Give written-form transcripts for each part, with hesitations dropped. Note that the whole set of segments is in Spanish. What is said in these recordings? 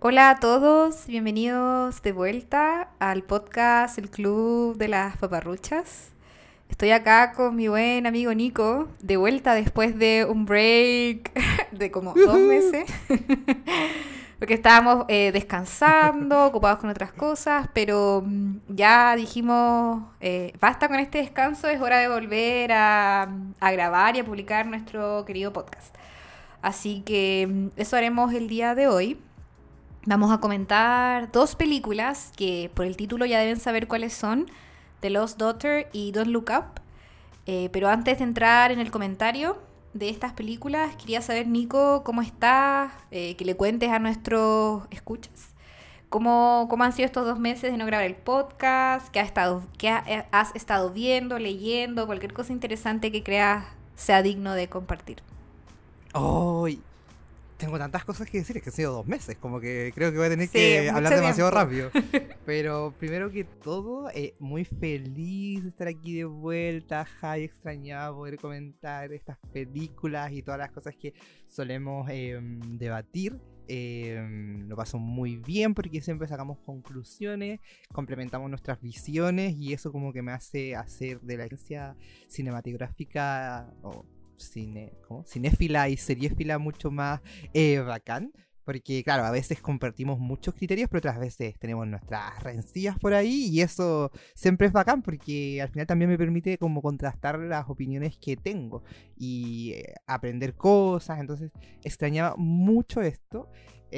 Hola a todos, bienvenidos de vuelta al podcast El Club de las Paparruchas. Estoy acá con mi buen amigo Nico, de vuelta después de un break de como 2 meses, porque estábamos descansando, ocupados con otras cosas, pero ya dijimos, basta con este descanso, es hora de volver a grabar y a publicar nuestro querido podcast. Así que eso haremos el día de hoy. Vamos a comentar dos películas que por el título ya deben saber cuáles son: The Lost Daughter y Don't Look Up. Pero antes de entrar en el comentario de estas películas, quería saber, Nico, ¿cómo estás? Que le cuentes a nuestros escuchas cómo han sido estos 2 meses de no grabar el podcast, has estado viendo, leyendo, cualquier cosa interesante que creas sea digno de compartir. ¡Ay! Tengo tantas cosas que decir, es que han sido 2 meses, como que creo que voy a tener Sí, que mucho hablar demasiado tiempo. rápido. Pero primero que todo, muy feliz de estar aquí de vuelta. Jai, extrañaba poder comentar estas películas y todas las cosas que solemos debatir. Lo paso muy bien porque siempre sacamos conclusiones, complementamos nuestras visiones y eso como que me hace hacer de la ciencia cinematográfica cinéfila y seriéfila mucho más bacán. Porque claro, a veces compartimos muchos criterios, pero otras veces tenemos nuestras rencillas por ahí y eso siempre es bacán porque al final también me permite como contrastar las opiniones que tengo y aprender cosas. Entonces extrañaba mucho esto.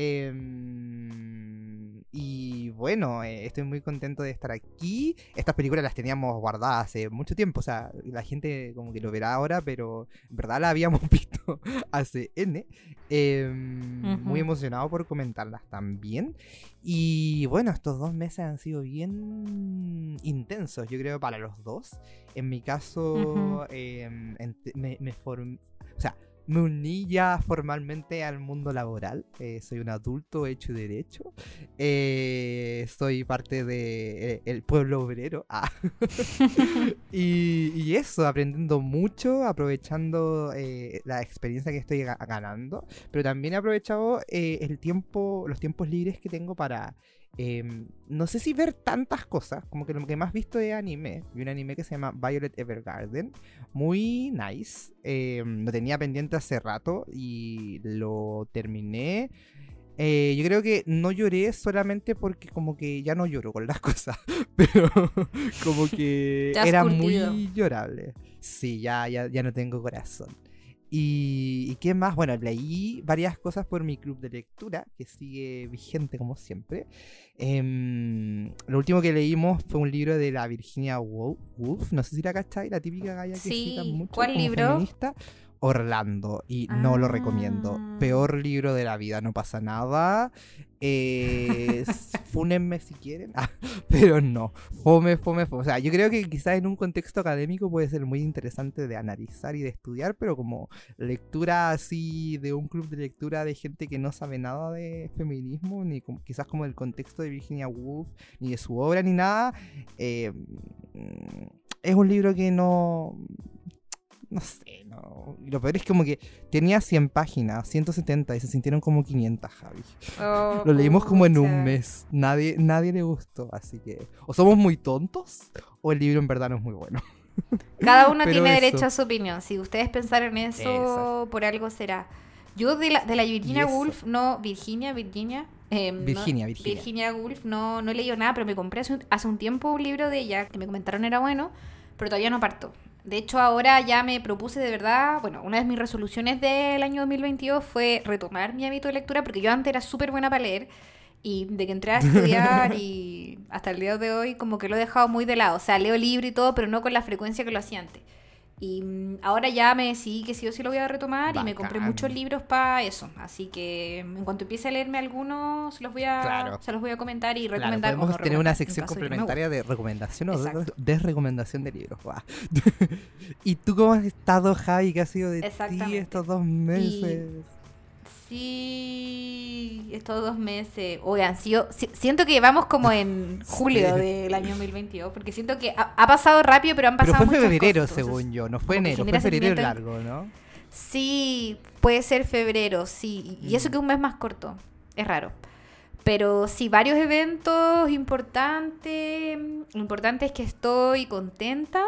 Y bueno, estoy muy contento de estar aquí. Estas películas las teníamos guardadas hace mucho tiempo. O sea, la gente como que lo verá ahora, pero en verdad las habíamos visto hace N. Muy Ujú. emocionado por comentarlas también. Y bueno, estos 2 meses han sido bien intensos, yo creo, para los dos. En mi Ujú. caso, o sea, me uní ya formalmente al mundo laboral. Soy un adulto hecho y derecho. Soy parte del pueblo obrero. Y eso, aprendiendo mucho, aprovechando la experiencia que estoy ganando. Pero también he aprovechado los tiempos libres que tengo para... no sé si ver tantas cosas, como que lo que más visto es anime. Vi un anime que se llama Violet Evergarden, muy nice. Lo tenía pendiente hace rato y lo terminé. Yo creo que no lloré solamente porque como que ya no lloro con las cosas, pero como que Te has era curtido. muy llorable. Sí, ya no tengo corazón. ¿Y qué más? Bueno, leí varias cosas por mi club de lectura, que sigue vigente como siempre. Lo último que leímos fue un libro de la Virginia Woolf, no sé si la cachai, la típica galla que citan Sí, mucho ¿cuál como libro? feminista. Orlando, y no lo recomiendo. Ah, Peor libro de la vida, no pasa nada. Fúnenme si quieren. Pero no. Fome, fome, fome. O sea, yo creo que quizás en un contexto académico puede ser muy interesante de analizar y de estudiar, pero como lectura así de un club de lectura de gente que no sabe nada de feminismo, ni quizás como el contexto de Virginia Woolf, ni de su obra, ni nada, eh, es un libro que no sé, no. Y lo peor es como que tenía 100 páginas, 170 y se sintieron como 500, Javi. oh, Lo leímos como en un pucha. mes. Nadie le gustó, así que o somos muy tontos o el libro en verdad no es muy bueno. Cada uno Pero tiene derecho eso, a su opinión. Si ustedes pensaron eso. eso, por algo será. Yo de la Y Virginia eso. Woolf, no, Virginia, no, Virginia. Virginia Woolf, no he leído nada, pero me compré hace un tiempo un libro de ella que me comentaron era bueno, pero todavía no parto. De hecho, ahora ya me propuse de verdad, bueno, una de mis resoluciones del año 2022 fue retomar mi hábito de lectura, porque yo antes era súper buena para leer, y de que entré a estudiar y hasta el día de hoy como que lo he dejado muy de lado. O sea, leo libro y todo, pero no con la frecuencia que lo hacía antes. Y ahora ya me decidí que sí o sí lo voy a retomar y me compré muchos Bacán. libros para eso. Así que en cuanto empiece a leerme algunos, Claro. se los voy a comentar y Claro, recomendar o no podemos tener una recomendar, en sección caso de que no me guste. complementaria de recomendación o Exacto, desrecomendación de libros. Guau. ¿Y tú cómo has estado, Javi? ¿Qué ha sido de ti exactamente. estos dos Y meses? sí, estos 2 meses, oye, han sido, siento que vamos como en julio Sí. del año 2022, porque siento que ha pasado rápido, pero han Pero pasado fue muchas cosas, febrero, entonces según yo. No fue como que enero, fue genera febrero sentimiento. largo, ¿no? Sí, puede ser febrero, sí, y eso que Mm. es un mes más corto, es raro. Pero sí, varios eventos importantes. Lo importante es que estoy contenta.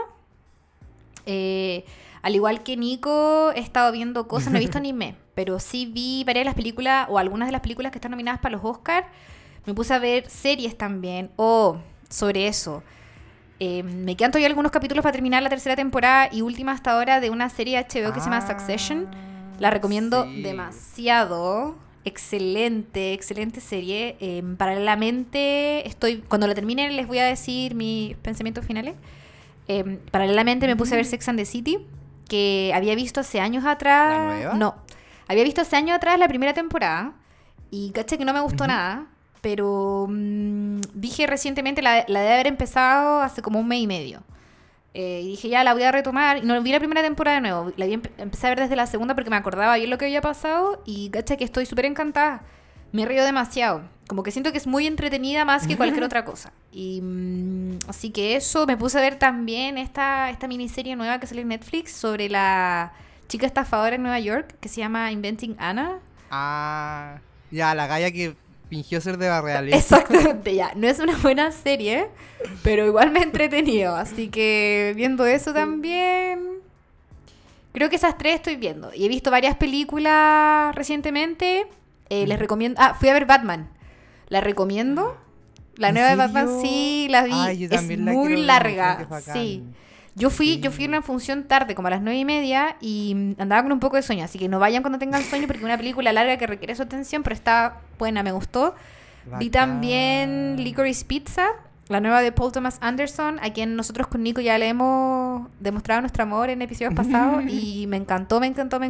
Al igual que Nico, he estado viendo cosas, no he visto anime, pero sí vi varias de las películas o algunas de las películas que están nominadas para los Oscars. Me puse a ver series también. Sobre eso. Me quedan todavía algunos capítulos para terminar la tercera temporada y última hasta ahora de una serie de HBO que se llama Succession. La recomiendo demasiado. Excelente, excelente serie. Paralelamente, cuando la termine les voy a decir mis pensamientos finales. Paralelamente me puse a ver Sex and the City, que había visto hace años atrás. ¿La nueva? No, había visto hace años atrás la primera temporada y caché que no me gustó nada, pero dije recientemente, la de haber empezado hace como un mes y medio. Y dije, ya la voy a retomar. Y no vi la primera temporada de nuevo. Empecé a ver desde la segunda porque me acordaba bien lo que había pasado. Y caché que estoy súper encantada. Me río demasiado. Como que siento que es muy entretenida más que cualquier otra cosa. Y así que eso. Me puse a ver también esta miniserie nueva que salió en Netflix sobre la chica estafadora en Nueva York que se llama Inventing Anna. Ya, la galla que fingió ser de la realidad. Exactamente, ya. No es una buena serie, pero igual me he entretenido. Así que viendo eso también. Creo que esas tres estoy viendo. Y he visto varias películas recientemente. Les recomiendo. Fui a ver Batman. ¿La recomiendo? La nueva de Batman, sí, la vi. Ay, yo también es muy quiero ver, larga. qué bacán. Sí. Yo fui a una función tarde, como a las 9:30, y andaba con un poco de sueño. Así que no vayan cuando tengan sueño, porque es una película larga que requiere su atención, pero está buena, me gustó. Bacán. Vi también Licorice Pizza, la nueva de Paul Thomas Anderson, a quien nosotros con Nico ya le hemos demostrado nuestro amor en episodios pasados. Y me encantó.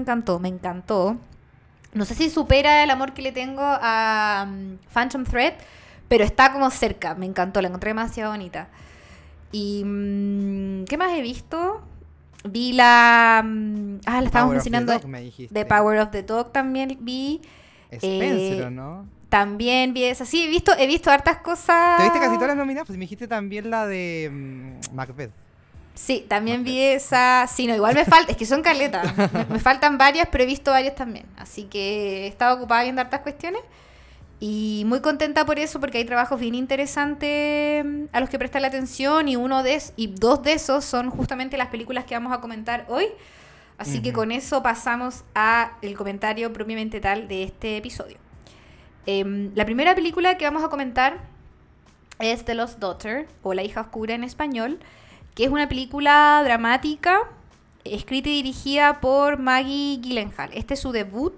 No sé si supera el amor que le tengo a Phantom Thread, pero está como cerca. Me encantó, la encontré demasiado bonita. Y ¿qué más he visto? Vi la estábamos mencionando The Power of the Dog también vi. Spencer, ¿no? También vi esa. Sí, he visto hartas cosas. ¿Te viste casi todas las nominadas? Pues me dijiste también la de Macbeth. Sí, también vi esa. Sí, no, igual me falta, es que son caletas. Me faltan varias, pero he visto varias también. Así que he estado ocupada viendo hartas cuestiones. Y muy contenta por eso, porque hay trabajos bien interesantes a los que prestarle atención. Y dos de esos son justamente las películas que vamos a comentar hoy. Así que con eso pasamos a el comentario propiamente tal de este episodio. La primera película que vamos a comentar es The Lost Daughter, o La hija oscura en español, que es una película dramática escrita y dirigida por Maggie Gyllenhaal. Este es su debut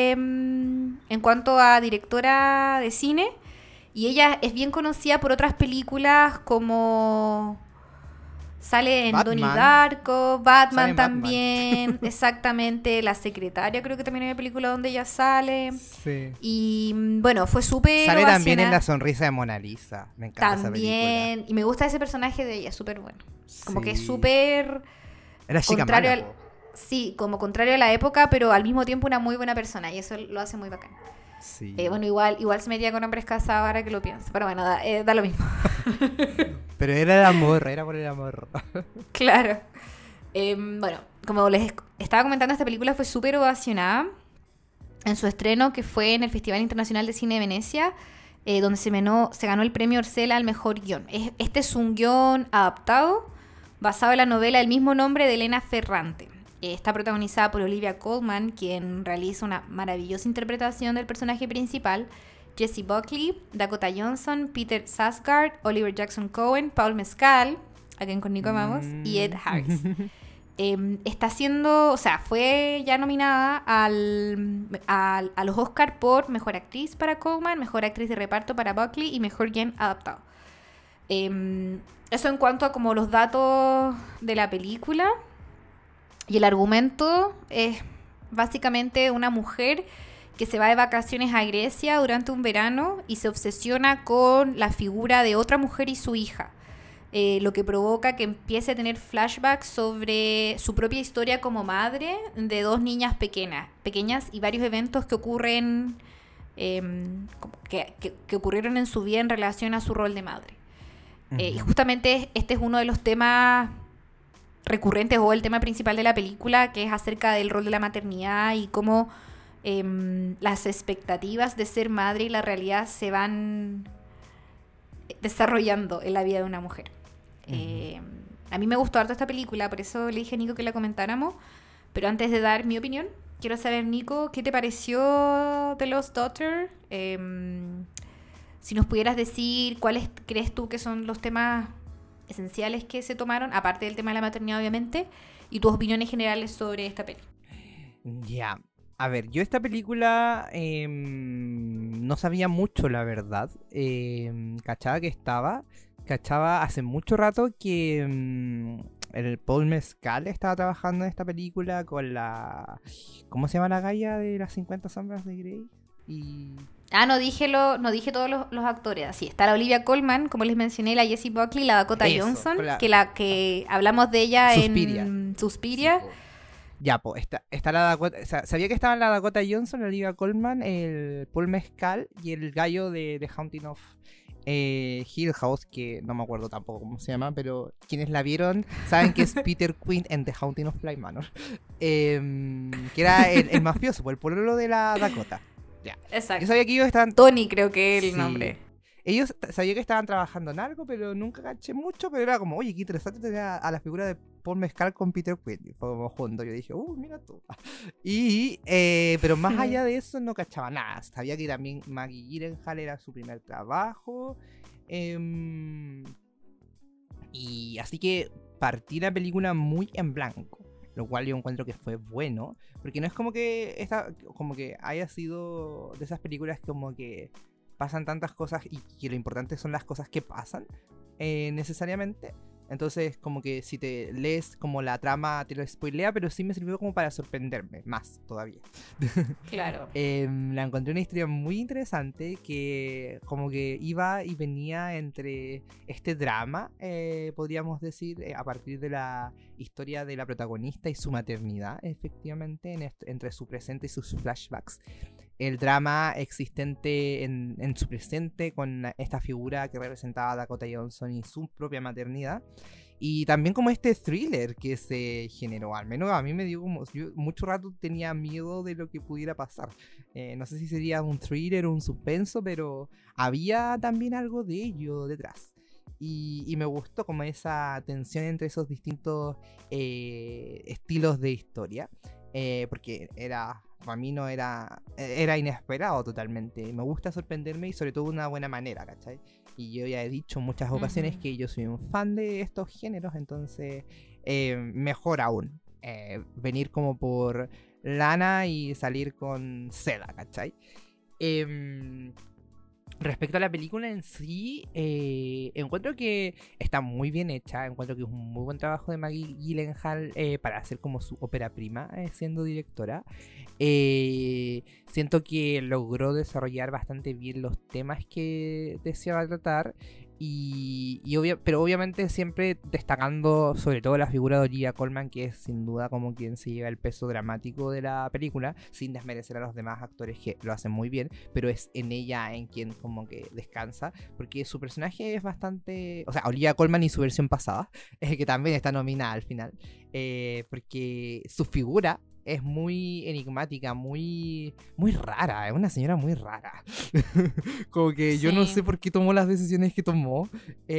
en cuanto a directora de cine, y ella es bien conocida por otras películas como sale en Donnie Darko, Batman también, exactamente, La secretaria creo que también hay una película donde ella sale. Sí. Y bueno, fue súper sale también en La sonrisa de Mona Lisa. Me encanta también, esa película. Y me gusta ese personaje de ella, súper bueno. Como que es súper era chica contrario mala, sí, como contrario a la época, pero al mismo tiempo una muy buena persona, y eso lo hace muy bacán. Sí. Bueno, igual se metía con hombres casados ahora que lo pienso, pero bueno, da lo mismo. Pero era el amor, era por el amor. Claro. Bueno, como les estaba comentando, esta película fue súper ovacionada en su estreno, que fue en el Festival Internacional de Cine de Venecia, donde se ganó el premio Orcel al mejor guión. Este es un guión adaptado, basado en la novela del mismo nombre de Elena Ferrante. Está protagonizada por Olivia Colman, quien realiza una maravillosa interpretación del personaje principal, Jessie Buckley, Dakota Johnson, Peter Sarsgaard, Oliver Jackson Cohen, Paul Mescal, a quien con Nico amamos, y Ed Harris. Fue ya nominada a los Oscar por Mejor Actriz para Colman, Mejor Actriz de Reparto para Buckley y Mejor Guión Adaptado. Eso en cuanto a como los datos de la película. Y el argumento es básicamente una mujer que se va de vacaciones a Grecia durante un verano y se obsesiona con la figura de otra mujer y su hija, lo que provoca que empiece a tener flashbacks sobre su propia historia como madre de dos niñas pequeñas y varios eventos que ocurren que ocurrieron en su vida en relación a su rol de madre. Y justamente este es uno de los temas recurrentes o el tema principal de la película, que es acerca del rol de la maternidad y cómo las expectativas de ser madre y la realidad se van desarrollando en la vida de una mujer. A mí me gustó harto esta película, por eso le dije a Nico que la comentáramos. Pero antes de dar mi opinión, quiero saber, Nico, ¿qué te pareció The Lost Daughter? Si nos pudieras decir cuáles crees tú que son los temas esenciales que se tomaron, aparte del tema de la maternidad, obviamente, y tus opiniones generales sobre esta peli. Ya. A ver, yo esta película no sabía mucho, la verdad. Cachaba hace mucho rato que el Paul Mescal estaba trabajando en esta película con la... ¿Cómo se llama la galla de las 50 sombras de Grey? Y... No dije todos los actores. Así está la Olivia Colman, como les mencioné, la Jessie Buckley, la Dakota Johnson, que hablamos de ella en Suspiria. Sí, ya, pues, está la Dakota... O sea, sabía que estaban la Dakota Johnson, la Olivia Colman, el Paul Mescal y el gallo de The Haunting of Hill House, que no me acuerdo tampoco cómo se llama, pero quienes la vieron saben que es Peter Quinn en The Haunting of Bly Manor. Que era el mafioso, el pololo de la Dakota. Ya. Exacto. Yo sabía que ellos estaban... Tony creo que es el nombre. Ellos sabía que estaban trabajando en algo, pero nunca caché mucho, pero era como, oye, qué interesante tener a la figura de Paul Mescal con Peter Quinn como juntos. Yo dije, mira tú. Pero más allá de eso no cachaba nada. Sabía que también Maggie Gyllenhaal era su primer trabajo. Y así que partí la película muy en blanco, lo cual yo encuentro que fue bueno, porque no es como que haya sido de esas películas como que pasan tantas cosas y que lo importante son las cosas que pasan necesariamente. Entonces como que si te lees como la trama te lo spoilea, pero sí me sirvió como para sorprenderme más todavía. Claro. La encontré una historia muy interesante que como que iba y venía entre este drama, podríamos decir, a partir de la historia de la protagonista y su maternidad, efectivamente, entre su presente y sus flashbacks. El drama existente en su presente con esta figura que representaba a Dakota Johnson y su propia maternidad. Y también como este thriller que se generó, al menos a mí me dio como... Yo mucho rato tenía miedo de lo que pudiera pasar. No sé si sería un thriller o un suspenso, pero había también algo de ello detrás. Y me gustó como esa tensión entre esos distintos estilos de historia. Porque para mí no era inesperado totalmente. Me gusta sorprenderme y sobre todo de una buena manera, ¿cachai? Y yo ya he dicho en muchas ocasiones que yo soy un fan de estos géneros, entonces mejor aún venir como por lana y salir con seda, ¿cachai? Respecto a la película en sí, encuentro que está muy bien hecha. Encuentro que es un muy buen trabajo de Maggie Gyllenhaal para hacer como su ópera prima siendo directora. Siento que logró desarrollar bastante bien los temas que deseaba tratar. Pero obviamente siempre destacando sobre todo la figura de Olivia Colman, que es sin duda como quien se lleva el peso dramático de la película, sin desmerecer a los demás actores que lo hacen muy bien, pero es en ella en quien como que descansa, porque su personaje es bastante... O sea, Olivia Colman y su versión pasada, que también está nominada al final, porque su figura es muy enigmática, muy rara, es una señora muy rara. Como que yo no sé por qué tomó las decisiones que tomó,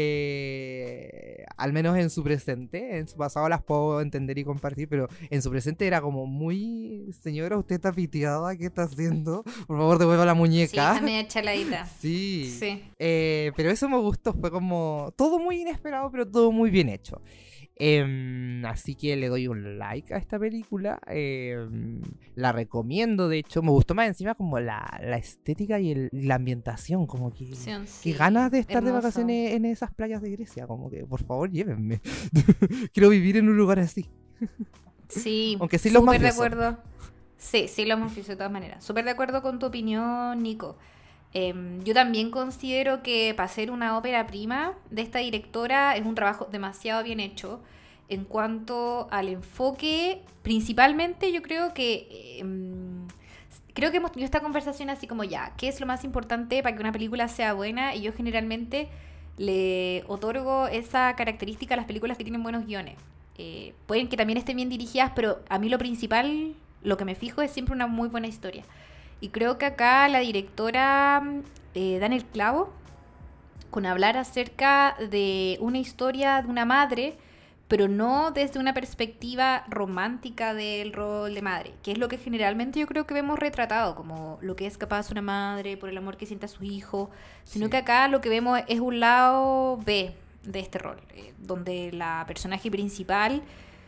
al menos en su presente. En su pasado las puedo entender y compartir, pero en su presente era como muy, señora, usted está piteada, ¿qué está haciendo? Por favor, devuelva la muñeca. Sí, está media chaladita. Sí. Pero eso me gustó, fue como todo muy inesperado, pero todo muy bien hecho. Así que le doy un like a esta película. La recomiendo, de hecho. Me gustó más encima como la estética y la ambientación. Como que qué ganas de estar de vacaciones en esas playas de Grecia. Como que por favor llévenme. Quiero vivir en un lugar así. Sí, aunque sí los súper mafiosos. de acuerdo. Sí, los mafiosos de todas maneras. Súper de acuerdo con tu opinión, Nico. Yo también considero que para ser una ópera prima de esta directora es un trabajo demasiado bien hecho en cuanto al enfoque. Principalmente yo creo que hemos tenido esta conversación así como ya, ¿qué es lo más importante para que una película sea buena? Y yo generalmente le otorgo esa característica a las películas que tienen buenos guiones. Pueden que también estén bien dirigidas, pero a mí lo principal lo que me fijo es siempre una muy buena historia. Y creo que acá la directora da en el clavo con hablar acerca de una historia de una madre, pero no desde una perspectiva romántica del rol de madre, que es lo que generalmente yo creo que vemos retratado, como lo que es capaz una madre por el amor que siente a su hijo, sino Sí. que acá lo que vemos es un lado B de este rol, donde la personaje principal,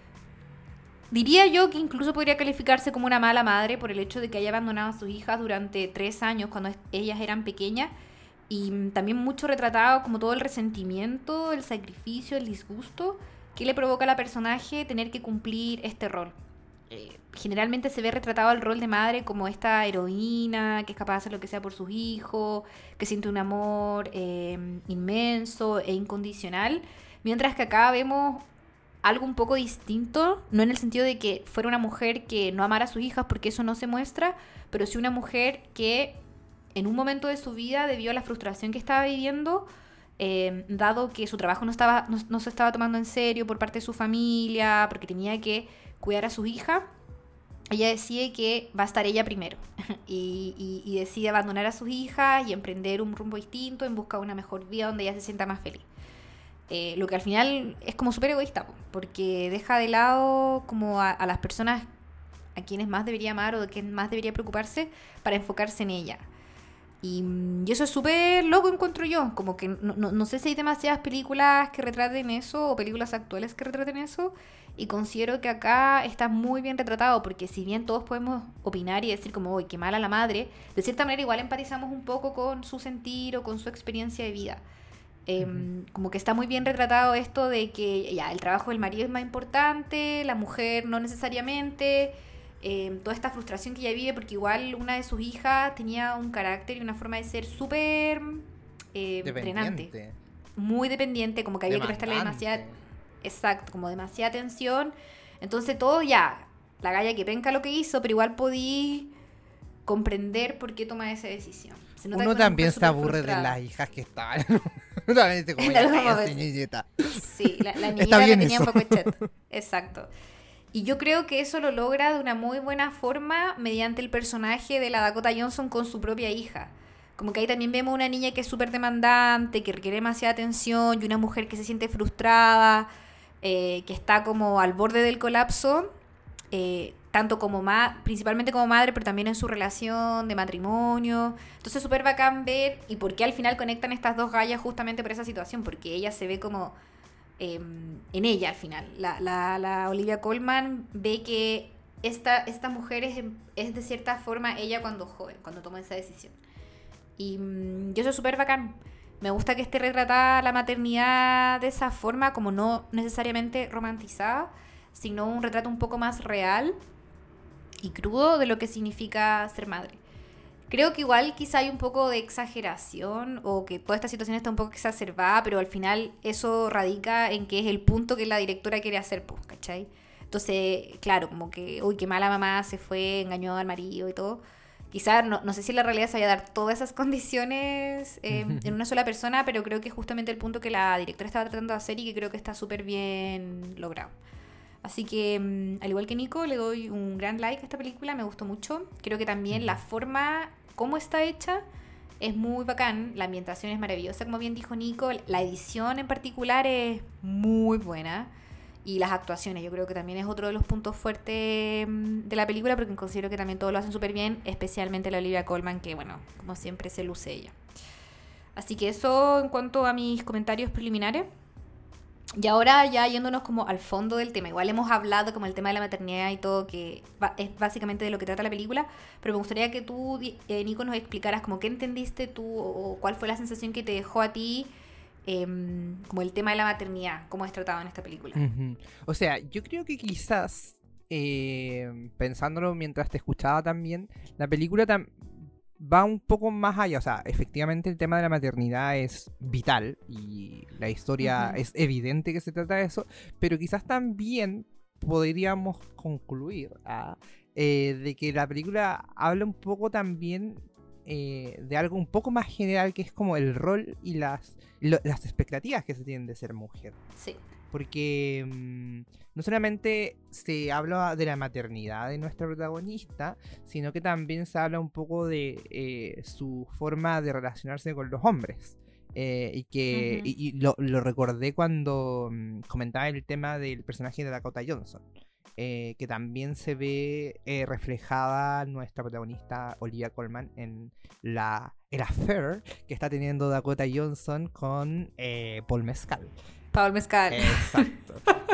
diría yo que incluso podría calificarse como una mala madre por el hecho de que haya abandonado a sus hijas durante 3 años cuando ellas eran pequeñas, y también mucho retratado como todo el resentimiento, el sacrificio, el disgusto que le provoca a la personaje tener que cumplir este rol. Generalmente se ve retratado el rol de madre como esta heroína que es capaz de hacer lo que sea por sus hijos, que siente un amor inmenso e incondicional, mientras que acá vemos algo un poco distinto, no en el sentido de que fuera una mujer que no amara a sus hijas, porque eso no se muestra, pero sí una mujer que en un momento de su vida, debido a la frustración que estaba viviendo, dado que su trabajo no se estaba tomando en serio por parte de su familia, porque tenía que cuidar a su hija, ella decide que va a estar ella primero y decide abandonar a sus hijas y emprender un rumbo distinto en busca de una mejor vida donde ella se sienta más feliz. Lo que al final es como súper egoísta, porque deja de lado como a las personas a quienes más debería amar o de quienes más debería preocuparse para enfocarse en ella. Y eso es súper loco, encuentro yo. Como que no sé si hay demasiadas películas que retraten eso o películas actuales que retraten eso. Y considero que acá está muy bien retratado, porque si bien todos podemos opinar y decir como, uy, qué mala la madre, de cierta manera igual empatizamos un poco con su sentir o con su experiencia de vida. Como que está muy bien retratado esto de que ya el trabajo del marido es más importante, la mujer no necesariamente, toda esta frustración que ella vive porque igual una de sus hijas tenía un carácter y una forma de ser súper drenante, Dependiente. muy dependiente, como que había que prestarle demasiada, Demandante. exacto, como demasiada atención. Entonces todo ya, la galla que penca lo que hizo, pero igual podí comprender por qué toma esa decisión. Se nota que Uno es una mujer también se súper aburre de frustrada. las hijas que estaban. Uno también dice como, En ya algún cállate, momento. niñita. Sí, la Está niñita la bien tenía eso. un poco chet. Exacto. Y yo creo que eso lo logra de una muy buena forma mediante el personaje de la Dakota Johnson con su propia hija. Como que ahí también vemos una niña que es súper demandante, que requiere demasiada atención, y una mujer que se siente frustrada, que está como al borde del colapso, tanto como principalmente como madre, pero también en su relación de matrimonio. Entonces súper bacán ver y por qué al final conectan estas dos gallas justamente por esa situación, porque ella se ve como en ella al final. La Olivia Colman ve que esta mujer es de cierta forma ella cuando joven, cuando toma esa decisión. Y eso es súper bacán. Me gusta que esté retratada la maternidad de esa forma, como no necesariamente romantizada, sino un retrato un poco más real y crudo de lo que significa ser madre. Creo que igual quizá hay un poco de exageración o que toda esta situación está un poco exacerbada, pero al final eso radica en que es el punto que la directora quiere hacer, pues, ¿cachai? Entonces, claro, como que, uy, qué mala mamá, se fue, engañó al marido y todo. Quizá, no sé si en la realidad se vaya a dar todas esas condiciones en una sola persona, pero creo que es justamente el punto que la directora estaba tratando de hacer y que creo que está súper bien logrado. Así que, al igual que Nico, le doy un gran like a esta película, me gustó mucho. Creo que también la forma, cómo está hecha, es muy bacán. La ambientación es maravillosa, como bien dijo Nico. La edición en particular es muy buena. Y las actuaciones, yo creo que también es otro de los puntos fuertes de la película, porque considero que también todos lo hacen súper bien, especialmente la Olivia Colman, que bueno, como siempre se luce ella. Así que eso en cuanto a mis comentarios preliminares. Y ahora ya yéndonos como al fondo del tema, igual hemos hablado como el tema de la maternidad y todo, que es básicamente de lo que trata la película, pero me gustaría que tú, Nico, nos explicaras como qué entendiste tú o cuál fue la sensación que te dejó a ti como el tema de la maternidad, cómo es tratado en esta película. O sea, yo creo que quizás, pensándolo mientras te escuchaba también, la película va un poco más allá. O sea, efectivamente el tema de la maternidad es vital y la historia es evidente que se trata de eso, pero quizás también podríamos concluir de que la película habla un poco también de algo un poco más general, que es como el rol y las expectativas que se tienen de ser mujer. Sí. porque no solamente se habla de la maternidad de nuestra protagonista, sino que también se habla un poco de su forma de relacionarse con los hombres. Lo recordé cuando comentaba el tema del personaje de Dakota Johnson. Que también se ve reflejada nuestra protagonista Olivia Colman en el affair que está teniendo Dakota Johnson con Paul Mescal. Paul Mescal. Exacto.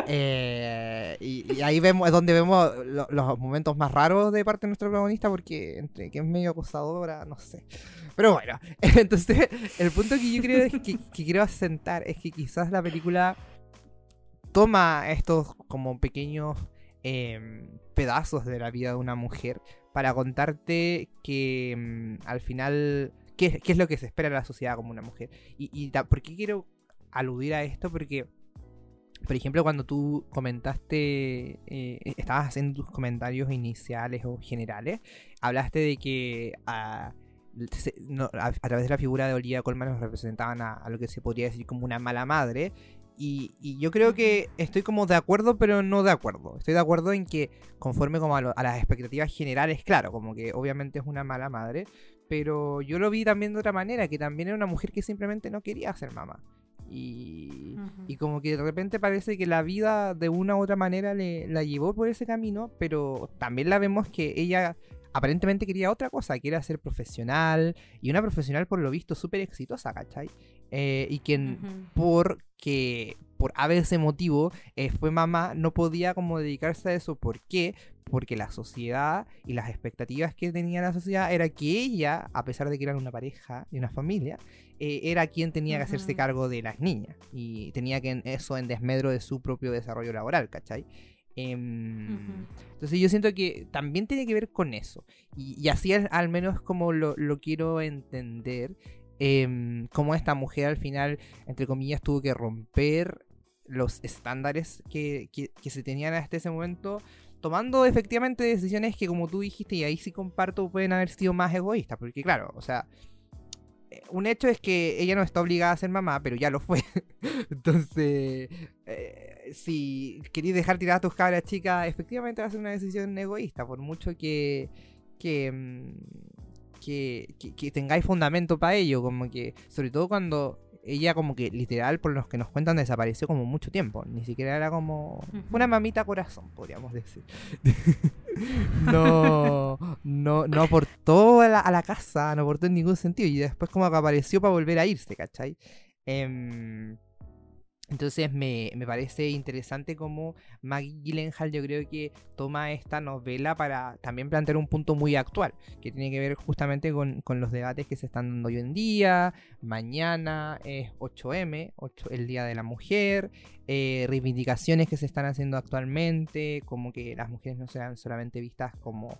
Y ahí vemos, es donde vemos los momentos más raros de parte de nuestra protagonista, porque entre que es medio acosadora, no sé. Pero bueno, entonces el punto que yo creo es que quiero asentar es que quizás la película toma estos como pequeños pedazos de la vida de una mujer para contarte que al final qué es lo que se espera de la sociedad como una mujer. ¿Por qué quiero aludir a esto? Porque, por ejemplo, cuando tú comentaste, estabas haciendo tus comentarios iniciales o generales, hablaste de que a través de la figura de Olivia Colman nos representaban a lo que se podría decir como una mala madre. Y yo creo que estoy como de acuerdo, pero no de acuerdo. Estoy de acuerdo en que conforme como a las expectativas generales, claro, como que obviamente es una mala madre, pero yo lo vi también de otra manera, que también era una mujer que simplemente no quería ser mamá. Y como que de repente parece que la vida de una u otra manera la llevó por ese camino, pero también la vemos que ella aparentemente quería otra cosa, que era ser profesional, y una profesional por lo visto súper exitosa, ¿cachai? Y quien por ese motivo fue mamá, no podía como dedicarse a eso. ¿Por qué? Porque la sociedad y las expectativas que tenía la sociedad era que ella, a pesar de que eran una pareja y una familia, era quien tenía que hacerse cargo de las niñas, y tenía que eso en desmedro de su propio desarrollo laboral, ¿cachai? Entonces yo siento que también tiene que ver con eso, y así al menos como lo quiero entender, cómo esta mujer al final, entre comillas, tuvo que romper los estándares que se tenían hasta ese momento, tomando efectivamente decisiones que, como tú dijiste, y ahí sí comparto, pueden haber sido más egoístas, porque claro, o sea, un hecho es que ella no está obligada a ser mamá, pero ya lo fue. Entonces, si queréis dejar tiradas a tus cabras chicas, efectivamente va a ser una decisión egoísta, por mucho que tengáis fundamento para ello, como que, sobre todo cuando ella como que literal, por los que nos cuentan, desapareció como mucho tiempo, ni siquiera era como... Fue una mamita corazón, podríamos decir. no aportó a la casa, no aportó en ningún sentido, y después como que apareció para volver a irse, ¿cachai? Entonces me parece interesante cómo Maggie Gyllenhaal, yo creo que toma esta novela para también plantear un punto muy actual, que tiene que ver justamente con los debates que se están dando hoy en día. Mañana es 8M, el Día de la Mujer, reivindicaciones que se están haciendo actualmente, como que las mujeres no sean solamente vistas como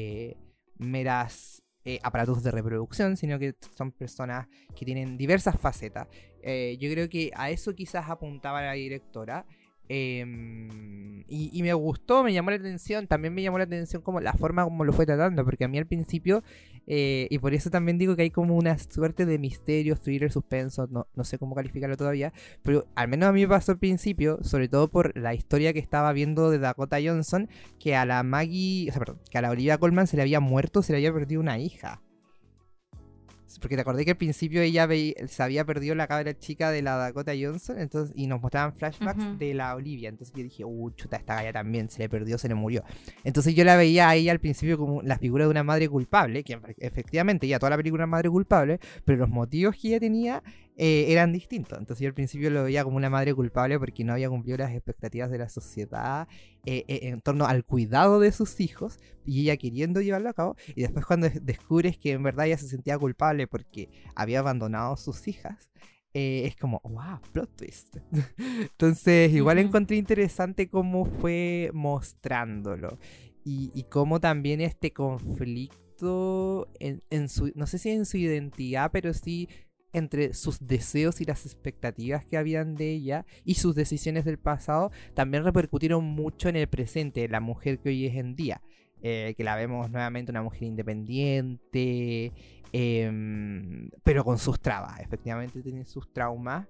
meras aparatos de reproducción, sino que son personas que tienen diversas facetas. Yo creo que a eso quizás apuntaba la directora, y me gustó, me llamó la atención. También me llamó la atención como la forma como lo fue tratando, porque a mí al principio, y por eso también digo que hay como una suerte de misterio, thriller, suspenso, no sé cómo calificarlo todavía, pero al menos a mí me pasó al principio, sobre todo por la historia que estaba viendo de Dakota Johnson, que a la que a la Olivia Colman se le había perdido una hija. Porque te acordé que al principio ella se había perdido la cabra chica de la Dakota Johnson, entonces, y nos mostraban flashbacks de la Olivia. Entonces yo dije, chuta, esta galla también se le perdió, se le murió. Entonces yo la veía a ella al principio como la figura de una madre culpable, que efectivamente ella toda la película era madre culpable, pero los motivos que ella tenía eran distintos. Entonces yo al principio lo veía como una madre culpable porque no había cumplido las expectativas de la sociedad en torno al cuidado de sus hijos, y ella queriendo llevarlo a cabo. Y después cuando descubres que en verdad ella se sentía culpable porque había abandonado a sus hijas, es como, wow, plot twist. Entonces igual encontré interesante cómo fue mostrándolo, y cómo también este conflicto en su, no sé si en su identidad, pero sí entre sus deseos y las expectativas que habían de ella y sus decisiones del pasado, también repercutieron mucho en el presente, la mujer que hoy es en día. Que la vemos nuevamente una mujer independiente, pero con sus trabas, efectivamente tiene sus traumas.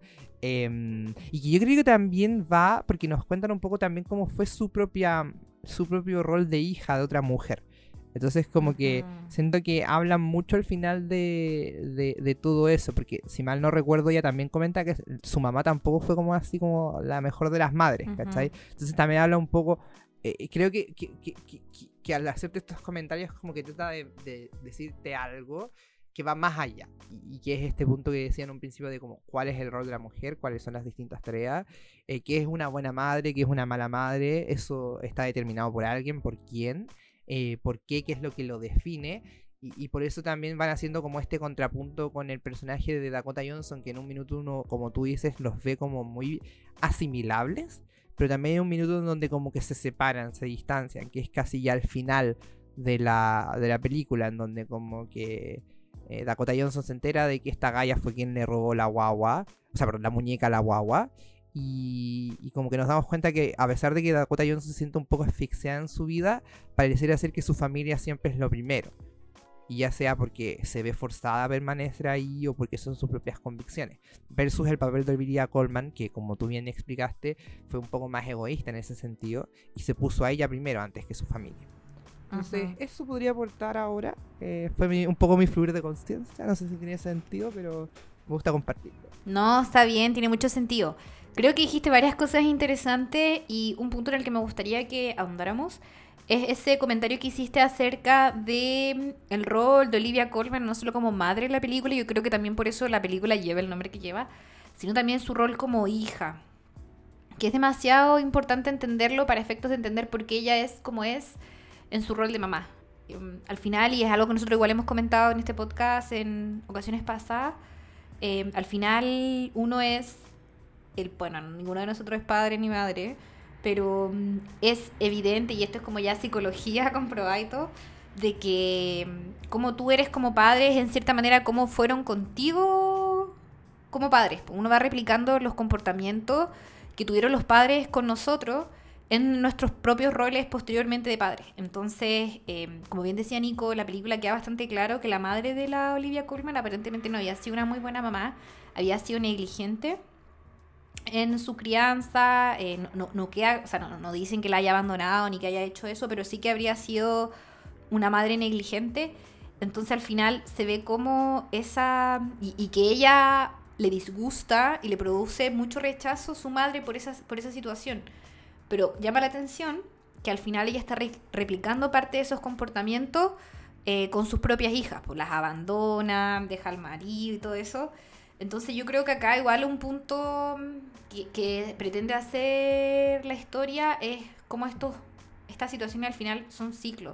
Y que yo creo que también va, porque nos cuentan un poco también cómo fue su propio rol de hija de otra mujer. Entonces como que siento que hablan mucho al final de todo eso, porque si mal no recuerdo ella también comenta que su mamá tampoco fue como así como la mejor de las madres, ¿cachai? Entonces también habla un poco, creo que al hacerte estos comentarios como que trata de decirte algo que va más allá, y que es este punto que decía en un principio de como cuál es el rol de la mujer, cuáles son las distintas tareas, qué es una buena madre, qué es una mala madre, eso está determinado por alguien, por quién, por qué es lo que lo define, y por eso también van haciendo como este contrapunto con el personaje de Dakota Johnson, que en un minuto uno, como tú dices, los ve como muy asimilables, pero también hay un minuto en donde como que se separan, se distancian, que es casi ya al final de la película, en donde como que Dakota Johnson se entera de que esta galla fue quien le robó la guagua, o sea, perdón, la muñeca a la guagua, y como que nos damos cuenta que a pesar de que Dakota Johnson se siente un poco asfixiada en su vida, pareciera ser que su familia siempre es lo primero. Y ya sea porque se ve forzada a permanecer ahí o porque son sus propias convicciones. Versus el papel de Olivia Colman, que como tú bien explicaste, fue un poco más egoísta en ese sentido y se puso a ella primero antes que su familia. Entonces, eso podría aportar ahora. Fue un poco mi fluir de conciencia. No sé si tiene sentido, pero me gusta compartirlo. No, está bien, tiene mucho sentido. Creo que dijiste varias cosas interesantes y un punto en el que me gustaría que ahondáramos es ese comentario que hiciste acerca de el rol de Olivia Colman, no solo como madre en la película, yo creo que también por eso la película lleva el nombre que lleva, sino también su rol como hija, que es demasiado importante entenderlo para efectos de entender por qué ella es como es en su rol de mamá. Al final, y es algo que nosotros igual hemos comentado en este podcast en ocasiones pasadas, al final uno es bueno, ninguno de nosotros es padre ni madre, pero es evidente, y esto es como ya psicología comprobado y todo, de que como tú eres como padre es en cierta manera como fueron contigo como padres. Uno va replicando los comportamientos que tuvieron los padres con nosotros en nuestros propios roles posteriormente de padres. Entonces, como bien decía Nico, la película queda bastante claro que la madre de la Olivia Colman aparentemente no había sido una muy buena mamá, había sido negligente en su crianza, no queda, o sea, no dicen que la haya abandonado ni que haya hecho eso, pero sí que habría sido una madre negligente. Entonces al final se ve como y que ella le disgusta y le produce mucho rechazo su madre por esa situación. Pero llama la atención que al final ella está replicando parte de esos comportamientos con sus propias hijas, pues las abandona, deja al marido y todo eso. Entonces yo creo que acá igual un punto que pretende hacer la historia es cómo estas situaciones al final son ciclos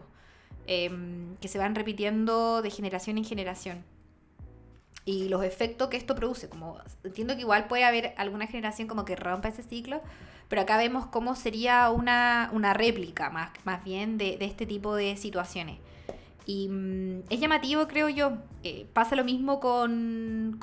que se van repitiendo de generación en generación. Y los efectos que esto produce, como entiendo que igual puede haber alguna generación como que rompa ese ciclo, pero acá vemos cómo sería una réplica más bien de este tipo de situaciones. Y es llamativo, creo yo. Pasa lo mismo con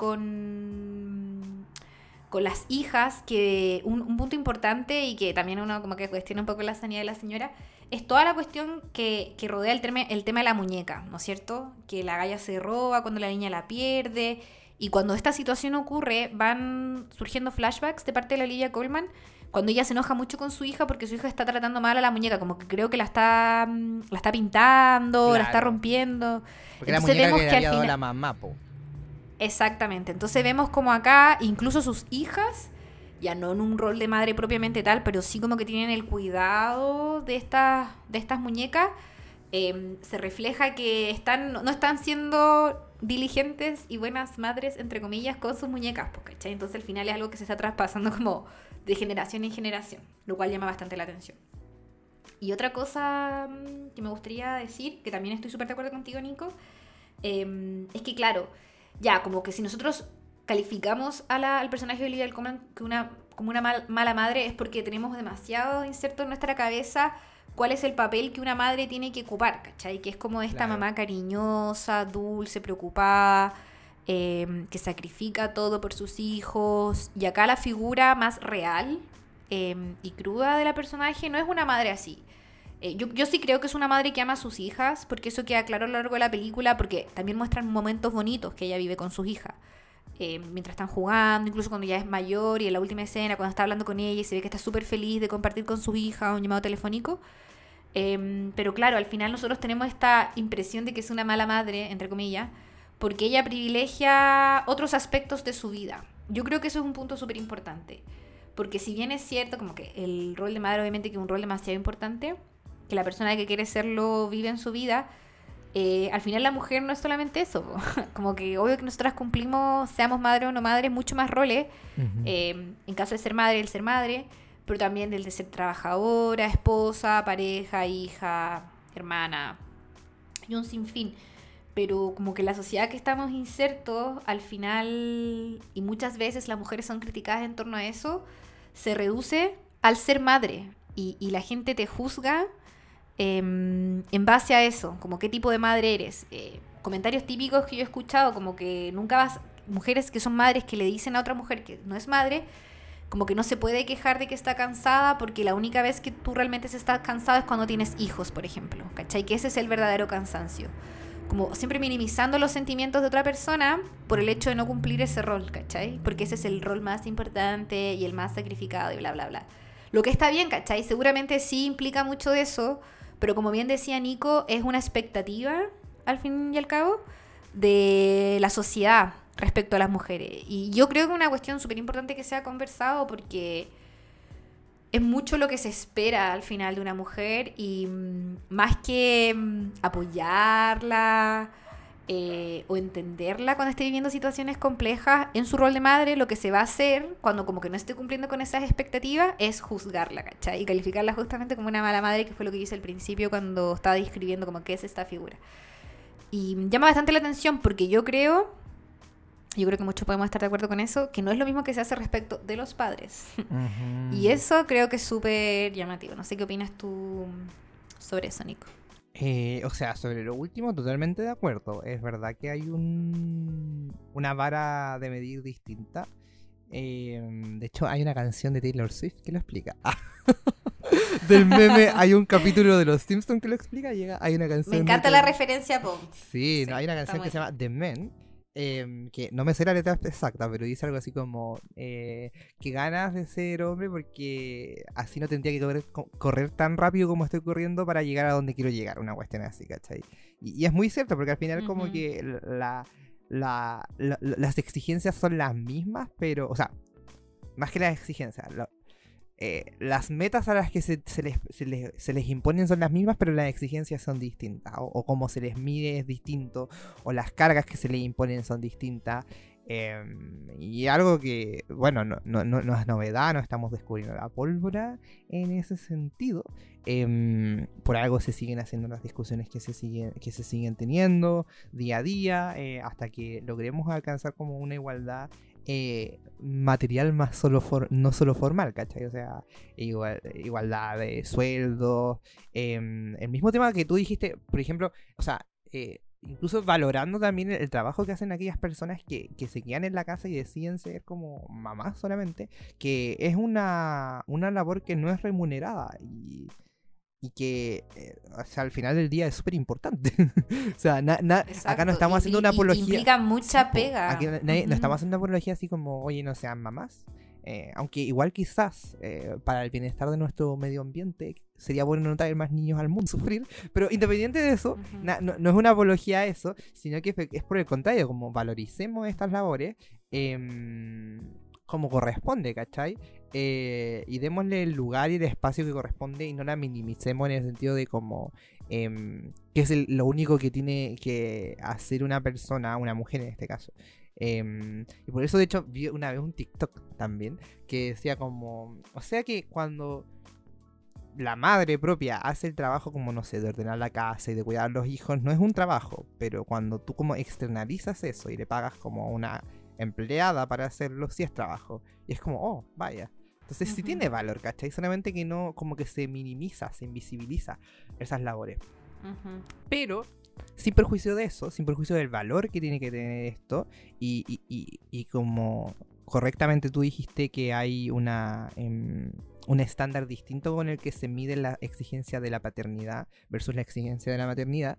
las hijas, que un punto importante y que también uno como que cuestiona un poco la sanidad de la señora, es toda la cuestión que rodea el tema de la muñeca, ¿no es cierto? Que la galla se roba cuando la niña la pierde, y cuando esta situación ocurre van surgiendo flashbacks de parte de la Olivia Colman, cuando ella se enoja mucho con su hija porque su hija está tratando mal a la muñeca, como que creo que la está pintando, claro, la está rompiendo. Porque entonces la muñeca vemos que había dado la mamá, po. Exactamente. Entonces vemos como acá, incluso sus hijas, ya no en un rol de madre propiamente tal, pero sí como que tienen el cuidado de estas muñecas. Se refleja que no están siendo diligentes y buenas madres, entre comillas, con sus muñecas, ¿cachai? Entonces al final es algo que se está traspasando como de generación en generación, lo cual llama bastante la atención. Y otra cosa que me gustaría decir, que también estoy súper de acuerdo contigo, Nico, es que claro, ya como que si nosotros calificamos al personaje de Olivia Colman como una mala madre, es porque tenemos demasiado inserto en nuestra cabeza cuál es el papel que una madre tiene que ocupar, ¿cachai? Que es como esta mamá cariñosa, dulce, preocupada, que sacrifica todo por sus hijos. Y acá la figura más real y cruda de la personaje no es una madre así. Yo sí creo que es una madre que ama a sus hijas, porque eso queda claro a lo largo de la película, porque también muestran momentos bonitos que ella vive con sus hijas. Mientras están jugando, incluso cuando ya es mayor y en la última escena, cuando está hablando con ella y se ve que está súper feliz de compartir con su hija un llamado telefónico. Pero claro, al final nosotros tenemos esta impresión de que es una mala madre, entre comillas, porque ella privilegia otros aspectos de su vida. Yo creo que eso es un punto súper importante. Porque si bien es cierto, como que el rol de madre obviamente que es un rol demasiado importante, que la persona que quiere serlo vive en su vida, al final la mujer no es solamente eso. Como que obvio que nosotras cumplimos, seamos madre o no madre, mucho más roles. Ujú. En caso de ser madre, el ser madre, pero también el de ser trabajadora, esposa, pareja, hija, hermana, y un sinfín. Pero como que la sociedad que estamos insertos, al final, y muchas veces las mujeres son criticadas en torno a eso, se reduce al ser madre. Y la gente te juzga en base a eso, como qué tipo de madre eres. Comentarios típicos que yo he escuchado, como que nunca vas, mujeres que son madres que le dicen a otra mujer que no es madre, como que no se puede quejar de que está cansada porque la única vez que tú realmente estás cansada es cuando tienes hijos, por ejemplo, ¿cachai? Que ese es el verdadero cansancio. Como siempre minimizando los sentimientos de otra persona por el hecho de no cumplir ese rol, ¿cachai? Porque ese es el rol más importante y el más sacrificado y bla, bla, bla. Lo que está bien, ¿cachai? Seguramente sí implica mucho de eso, pero como bien decía Nico, es una expectativa, al fin y al cabo, de la sociedad respecto a las mujeres. Y yo creo que es una cuestión súper importante que sea conversado porque es mucho lo que se espera al final de una mujer y más que apoyarla o entenderla cuando esté viviendo situaciones complejas en su rol de madre, lo que se va a hacer cuando como que no esté cumpliendo con esas expectativas es juzgarla, ¿cachai? Y calificarla justamente como una mala madre, que fue lo que hice al principio cuando estaba describiendo como qué es esta figura. Y llama bastante la atención porque yo creo que muchos podemos estar de acuerdo con eso, que no es lo mismo que se hace respecto de los padres. Y Ujú. eso creo que es súper llamativo. No sé qué opinas tú sobre eso, Nico. O sea, sobre lo último, totalmente de acuerdo. Es verdad que hay una vara de medir distinta. De hecho, hay una canción de Taylor Swift que lo explica. Del meme hay un capítulo de Los Simpsons que lo explica. Hay una Me canción de encanta la referencia pop. Sí, no, Sí, hay una está canción muy que se bien. llama The Men, que no me sé la letra exacta, pero dice algo así como que ganas de ser hombre porque así no tendría que correr tan rápido como estoy corriendo para llegar a donde quiero llegar, una cuestión así, ¿cachai? Y es muy cierto, porque al final como Ujú. que las exigencias son las mismas, pero, o sea, más que las exigencias, las metas a las que se les imponen son las mismas, pero las exigencias son distintas, o cómo se les mide es distinto, o las cargas que se les imponen son distintas. Y algo que, bueno, no es novedad, no estamos descubriendo la pólvora en ese sentido. Por algo se siguen haciendo las discusiones que se siguen teniendo día a día, hasta que logremos alcanzar como una igualdad material más no solo formal, ¿cachai? O sea, igualdad de sueldos, el mismo tema que tú dijiste, por ejemplo, o sea, incluso valorando también el trabajo que hacen aquellas personas que se quedan en la casa y deciden ser como mamás solamente, que es una labor que no es remunerada y que o sea, al final del día es súper importante. O sea, acá no Exacto. estamos haciendo una apología. Implica Sí, mucha po, aquí pega. no estamos Ujú. haciendo una apología así como, oye, no sean mamás. Aunque igual quizás para el bienestar de nuestro medio ambiente sería bueno no traer más niños al mundo a sufrir, pero independiente de eso, Ujú. no es una apología a eso, sino que es por el contrario, como valoricemos estas labores como corresponde, ¿cachai? Y démosle el lugar y el espacio que corresponde y no la minimicemos en el sentido de como que es lo único que tiene que hacer una persona, una mujer en este caso. Y por eso de hecho vi una vez un TikTok también que decía como, o sea que cuando la madre propia hace el trabajo como, no sé, de ordenar la casa y de cuidar a los hijos, no es un trabajo, pero cuando tú como externalizas eso y le pagas como a una empleada para hacerlo, sí es trabajo. Y es como, oh, vaya. Entonces sí Ujú. tiene valor, ¿cachai? Solamente que no, como que se minimiza, se invisibiliza esas labores. Ujú. Pero sin perjuicio de eso, sin perjuicio del valor que tiene que tener esto y como correctamente tú dijiste que hay un estándar distinto con el que se mide la exigencia de la paternidad versus la exigencia de la maternidad.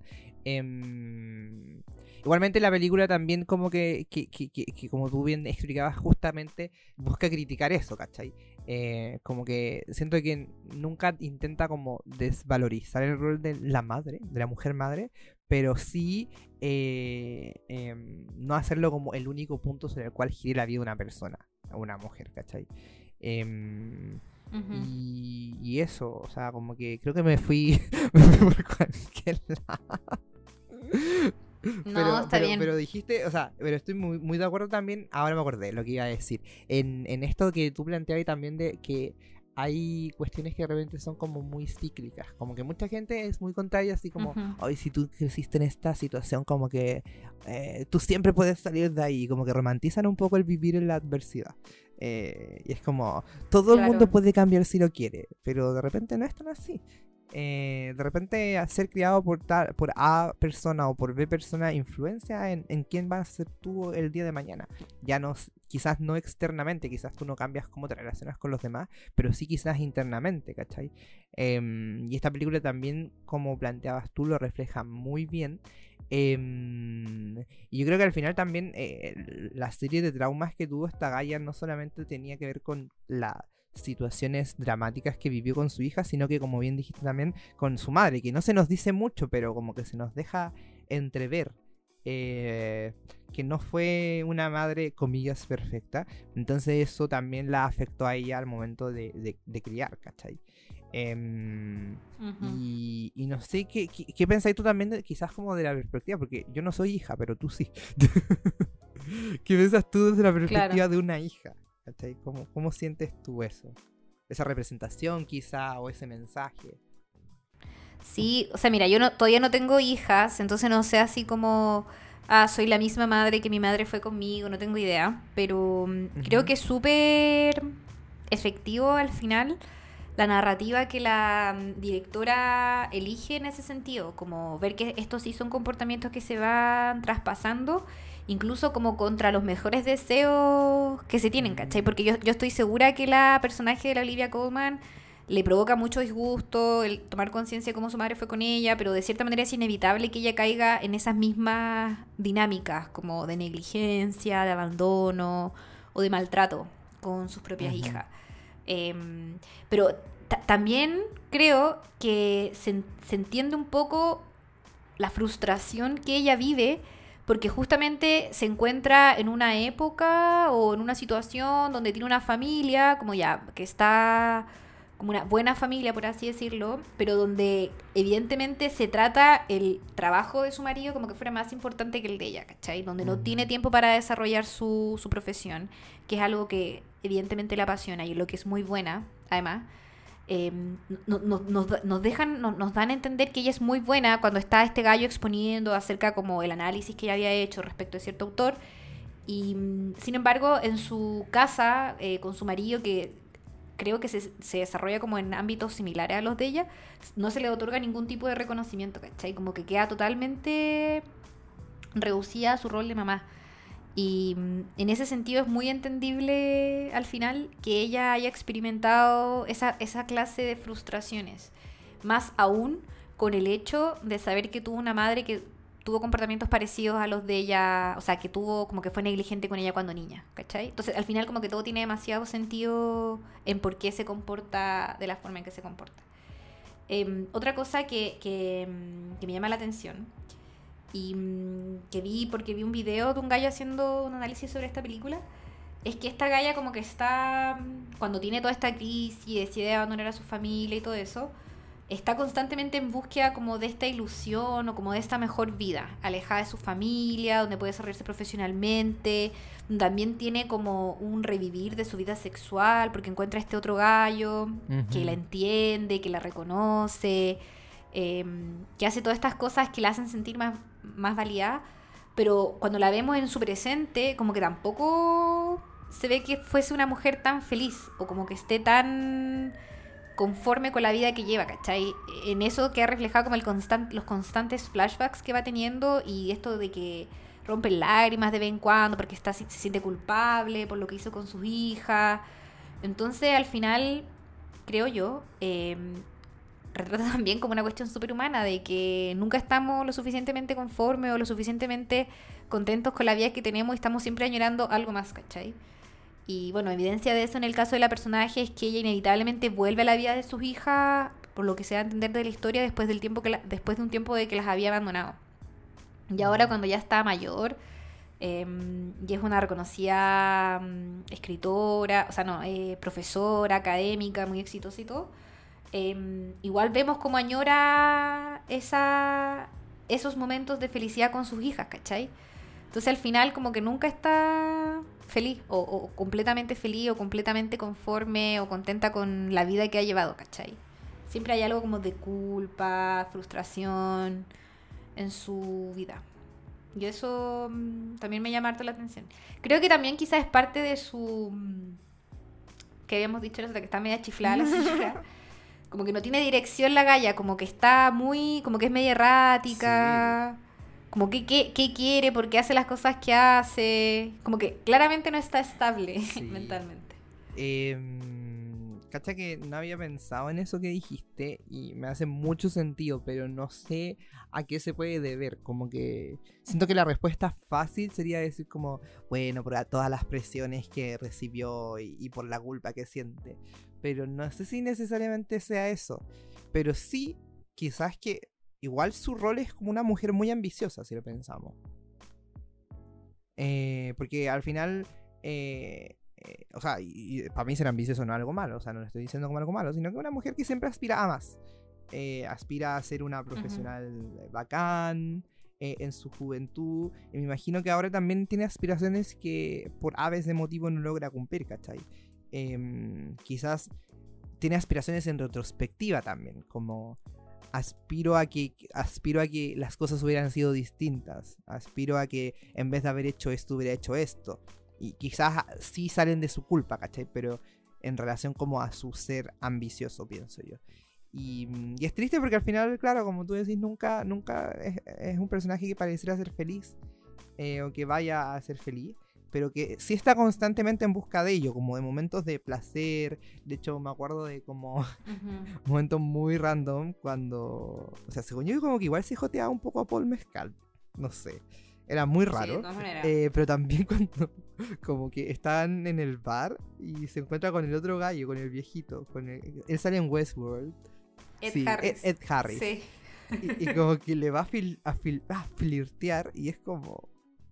Igualmente la película también como que como tú bien explicabas, justamente busca criticar eso, ¿cachai? Como que siento que nunca intenta como desvalorizar el rol de la madre, de la mujer madre, pero sí no hacerlo como el único punto sobre el cual gire la vida de una persona, una mujer, ¿cachai? Y eso, o sea, como que creo que me fui por cualquier lado. No, está bien. Pero dijiste, o sea, pero estoy muy de acuerdo también. Ahora me acordé lo que iba a decir. En esto que tú planteabas también de que hay cuestiones que de repente son como muy cíclicas. Como que mucha gente es muy contraria, así como, ay, si tú creciste en esta situación, como que tú siempre puedes salir de ahí. Como que romantizan un poco el vivir en la adversidad. Y es como, todo el mundo puede cambiar si lo quiere, pero de repente no es tan así. De repente ser criado por A persona o por B persona influencia en quién vas a ser tú el día de mañana. Ya no, quizás no externamente, quizás tú no cambias cómo te relacionas con los demás, pero sí quizás internamente, ¿cachai? Y esta película también, como planteabas tú, lo refleja muy bien. Y yo creo que al final también la serie de traumas que tuvo esta Gaia no solamente tenía que ver con las situaciones dramáticas que vivió con su hija, sino que, como bien dijiste también, con su madre, que no se nos dice mucho, pero como que se nos deja entrever que no fue una madre, comillas, perfecta. Entonces eso también la afectó a ella al momento de criar, ¿cachai? Y no sé qué pensáis tú también quizás como de la perspectiva, porque yo no soy hija, pero tú sí. ¿Qué piensas tú desde la perspectiva de una hija? ¿Cachai? ¿Cómo sientes tú eso? Esa representación quizá, o ese mensaje. Sí, o sea, mira, todavía no tengo hijas, entonces no sé así como, soy la misma madre que mi madre fue conmigo, no tengo idea, pero creo que es súper efectivo al final la narrativa que la directora elige en ese sentido, como ver que estos sí son comportamientos que se van traspasando, incluso como contra los mejores deseos que se tienen, ¿cachai? Porque yo estoy segura que la personaje de la Olivia Colman le provoca mucho disgusto el tomar conciencia de cómo su madre fue con ella, pero de cierta manera es inevitable que ella caiga en esas mismas dinámicas, como de negligencia, de abandono o de maltrato con sus propias hijas. Pero también creo que se entiende un poco la frustración que ella vive, porque justamente se encuentra en una época o en una situación donde tiene una familia, como ya, que está como una buena familia, por así decirlo, pero donde evidentemente se trata el trabajo de su marido como que fuera más importante que el de ella, ¿cachai? Donde no tiene tiempo para desarrollar su profesión, que es algo que evidentemente le apasiona y lo que es muy buena, además. Nos dan a entender que ella es muy buena cuando está este gallo exponiendo acerca como el análisis que ella había hecho respecto a cierto autor, y sin embargo en su casa con su marido, que creo que se desarrolla como en ámbitos similares a los de ella, no se le otorga ningún tipo de reconocimiento, ¿cachai? Como que queda totalmente reducida a su rol de mamá. Y en ese sentido es muy entendible al final que ella haya experimentado esa clase de frustraciones. Más aún con el hecho de saber que tuvo una madre que tuvo comportamientos parecidos a los de ella, o sea, que tuvo como que fue negligente con ella cuando niña, ¿cachai? Entonces al final como que todo tiene demasiado sentido en por qué se comporta de la forma en que se comporta. Otra cosa que me llama la atención y que vi porque vi un video de un gallo haciendo un análisis sobre esta película, es que esta galla como que está, cuando tiene toda esta crisis y decide abandonar a su familia y todo eso, está constantemente en búsqueda como de esta ilusión o como de esta mejor vida, alejada de su familia, donde puede desarrollarse profesionalmente, también tiene como un revivir de su vida sexual, porque encuentra este otro gallo que la entiende, que la reconoce, que hace todas estas cosas que la hacen sentir más validada, pero cuando la vemos en su presente, como que tampoco se ve que fuese una mujer tan feliz, o como que esté tan conforme con la vida que lleva, ¿cachai? En eso queda reflejado como los constantes flashbacks que va teniendo, y esto de que rompe lágrimas de vez en cuando porque se siente culpable por lo que hizo con sus hijas. Entonces, al final, creo yo, retrata también como una cuestión súper humana de que nunca estamos lo suficientemente conformes o lo suficientemente contentos con la vida que tenemos y estamos siempre añorando algo más, ¿cachai? Y bueno, evidencia de eso en el caso de la personaje es que ella inevitablemente vuelve a la vida de sus hijas, por lo que se da a entender de la historia, después después de un tiempo de que las había abandonado. Y ahora cuando ya está mayor, y es una reconocida escritora, o sea, no, profesora, académica, muy exitosa y todo, igual vemos como añora esos momentos de felicidad con sus hijas, ¿cachai? Entonces al final como que nunca está feliz o completamente feliz o completamente conforme o contenta con la vida que ha llevado, ¿cachai? Siempre hay algo como de culpa, frustración en su vida. Y eso también me llama harto la atención. Creo que también quizás es parte de su... que habíamos dicho, que está media chiflada la señora. Como que no tiene dirección la galla, como que está muy... como que es media errática. Sí. Como que qué quiere, por qué hace las cosas que hace. Como que claramente no está estable mentalmente. Cacha que no había pensado en eso que dijiste y me hace mucho sentido, pero no sé a qué se puede deber. Como que siento que la respuesta fácil sería decir como, bueno, por todas las presiones que recibió y por la culpa que siente. Pero no sé si necesariamente sea eso. Pero sí, quizás que igual su rol es como una mujer muy ambiciosa, si lo pensamos. Porque al final... o sea, y para mí ser ambicioso no es algo malo, o sea, no lo estoy diciendo como algo malo, sino que una mujer que siempre aspira a más. Aspira a ser una profesional bacán en su juventud. Y me imagino que ahora también tiene aspiraciones que por aves de motivo no logra cumplir, ¿cachai? Quizás tiene aspiraciones en retrospectiva también, como aspiro a que las cosas hubieran sido distintas, aspiro a que en vez de haber hecho esto hubiera hecho esto. Y quizás sí salen de su culpa, ¿cachai? Pero en relación como a su ser ambicioso, pienso yo. Y es triste porque al final, claro, como tú decís, nunca es un personaje que pareciera ser feliz o que vaya a ser feliz, pero que sí está constantemente en busca de ello, como de momentos de placer. De hecho, me acuerdo de como momentos muy random cuando... O sea, según yo, como que igual se joteaba un poco a Paul Mescal, no sé. Era muy raro, sí, pero también cuando como que estaban en el bar y se encuentra con el otro gallo, con el viejito, él sale en Westworld. Ed Harris. Sí. Y como que le va a flirtear y es como...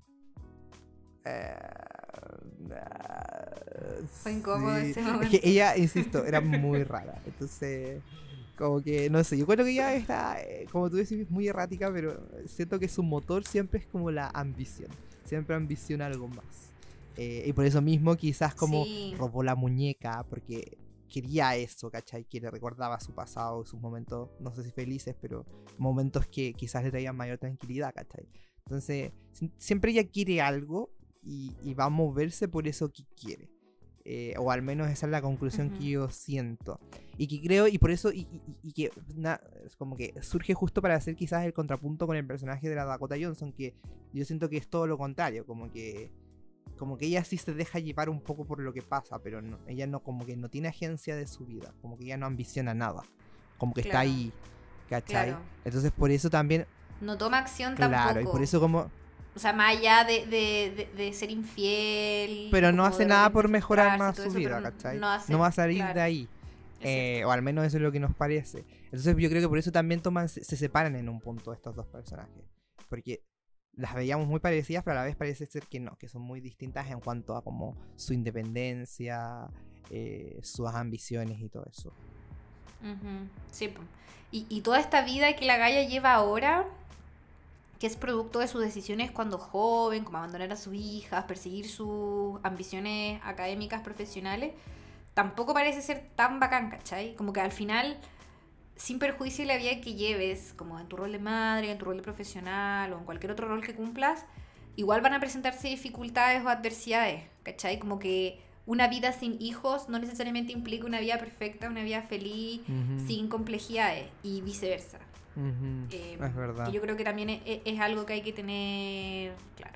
Fue incómodo ese momento. Es que ella, insisto, era muy rara, entonces... Como que, no sé, yo creo que ella está, como tú decís, muy errática, pero siento que su motor siempre es como la ambición. Siempre ambiciona algo más. Y por eso mismo quizás como robó la muñeca, porque quería eso, ¿cachai? Que le recordaba su pasado, sus momentos, no sé si felices, pero momentos que quizás le traían mayor tranquilidad, ¿cachai? Entonces, siempre ella quiere algo y va a moverse por eso que quiere. O al menos esa es la conclusión que yo siento. Y que creo, y por eso, y que es como que surge justo para hacer quizás el contrapunto con el personaje de la Dakota Johnson, que yo siento que es todo lo contrario, como que ella sí se deja llevar un poco por lo que pasa, pero no, ella no, como que no tiene agencia de su vida, como que ella no ambiciona nada, como que está ahí, ¿cachai? Claro. Entonces por eso también... No toma acción tampoco. Claro, y por eso como... O sea, más allá de ser infiel. Pero no hace nada por mejorar más su vida, ¿cachai? No va a salir de ahí. O al menos eso es lo que nos parece. Entonces yo creo que por eso también se separan en un punto estos dos personajes. Porque las veíamos muy parecidas, pero a la vez parece ser que no, que son muy distintas en cuanto a como su independencia, sus ambiciones y todo eso. Sí. Y toda esta vida que la Gaia lleva ahora, que es producto de sus decisiones cuando joven, como abandonar a sus hijas, perseguir sus ambiciones académicas, profesionales, tampoco parece ser tan bacán, ¿cachai? Como que al final, sin perjuicio de la vida que lleves, como en tu rol de madre, en tu rol de profesional o en cualquier otro rol que cumplas, igual van a presentarse dificultades o adversidades, ¿cachai? Como que una vida sin hijos no necesariamente implica una vida perfecta, una vida feliz, sin complejidades, y viceversa. Es verdad. Que yo creo que también es algo que hay que tener claro.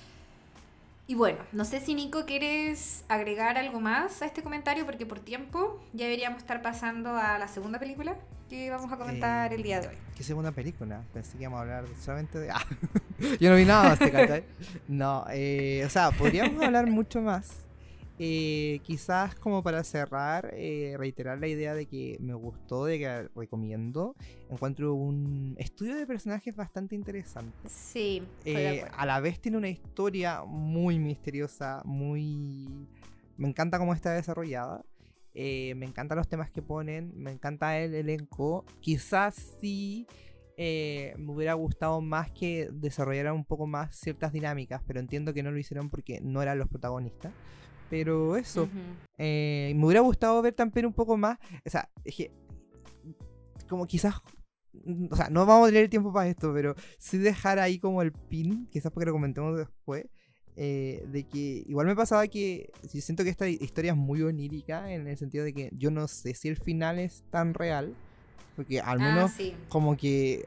Y bueno, no sé si Nico quieres agregar algo más a este comentario, porque por tiempo ya deberíamos estar pasando a la segunda película que vamos a comentar el día de hoy. ¿Qué segunda película? Pensé que íbamos a hablar solamente de... yo no vi nada más, ¿cachai? No, o sea, podríamos hablar mucho más. Quizás como para cerrar, reiterar la idea de que me gustó, de que recomiendo. Encuentro un estudio de personajes bastante interesante. Sí, estoy de acuerdo. A la vez tiene una historia muy misteriosa, muy... Me encanta cómo está desarrollada. Me encantan los temas que ponen, me encanta el elenco. Quizás sí me hubiera gustado más que desarrollaran un poco más ciertas dinámicas, pero entiendo que no lo hicieron porque no eran los protagonistas. Pero eso, me hubiera gustado ver también un poco más, o sea, es que, como quizás, o sea, no vamos a tener el tiempo para esto, pero sí dejar ahí como el pin, quizás porque lo comentemos después, de que igual me pasaba que yo siento que esta historia es muy onírica, en el sentido de que yo no sé si el final es tan real, porque al menos como que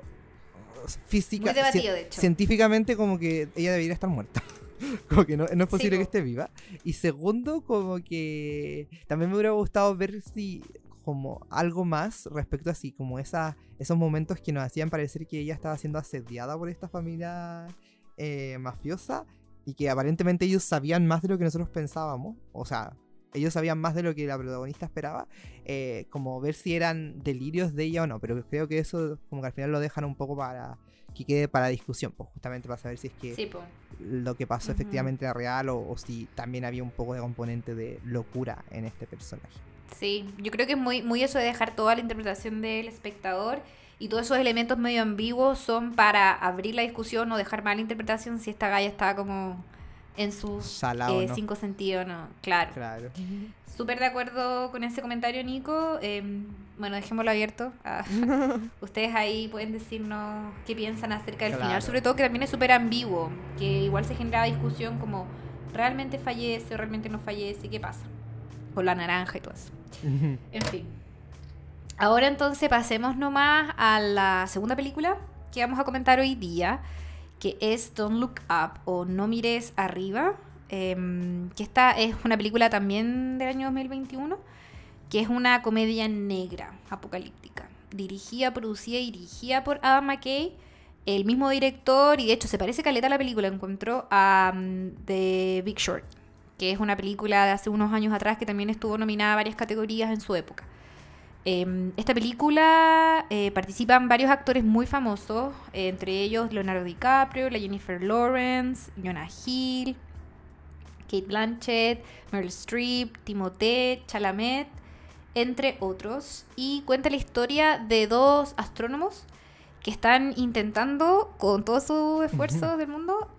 física, muy debatido, de hecho. Científicamente como que ella debería estar muerta. Como que no es posible que esté viva. Y segundo, como que también me hubiera gustado ver si como algo más respecto a así, como esos momentos que nos hacían parecer que ella estaba siendo asediada por esta familia mafiosa, y que aparentemente ellos sabían más de lo que nosotros pensábamos. O sea, ellos sabían más de lo que la protagonista esperaba, como ver si eran delirios de ella o no, pero creo que eso como que al final lo dejan un poco para que quede para discusión, pues justamente para saber si es que lo que pasó efectivamente era real, o si también había un poco de componente de locura en este personaje. Sí, yo creo que es muy eso de dejar toda la interpretación del espectador, y todos esos elementos medio ambiguos son para abrir la discusión o dejar mala interpretación si esta galla está como en sus cinco sentidos, ¿no? Claro. Súper de acuerdo con ese comentario, Nico. Bueno, dejémoslo abierto. Ustedes ahí pueden decirnos qué piensan acerca del final, sobre todo que también es súper ambiguo, que igual se generaba discusión como ¿realmente fallece o realmente no fallece? ¿Qué pasa? Con la naranja y todo eso. En fin. Ahora entonces pasemos nomás a la segunda película que vamos a comentar hoy día, que es Don't Look Up, o No Mires Arriba, que esta es una película también del año 2021, que es una comedia negra, apocalíptica, dirigida, producida y dirigida por Adam McKay, el mismo director, y de hecho se parece caleta a la película, encontró a The Big Short, que es una película de hace unos años atrás que también estuvo nominada a varias categorías en su época. Esta película participan varios actores muy famosos, entre ellos Leonardo DiCaprio, la Jennifer Lawrence, Jonah Hill, Cate Blanchett, Meryl Streep, Timothée Chalamet, entre otros, y cuenta la historia de dos astrónomos que están intentando, con todo su esfuerzo del mundo,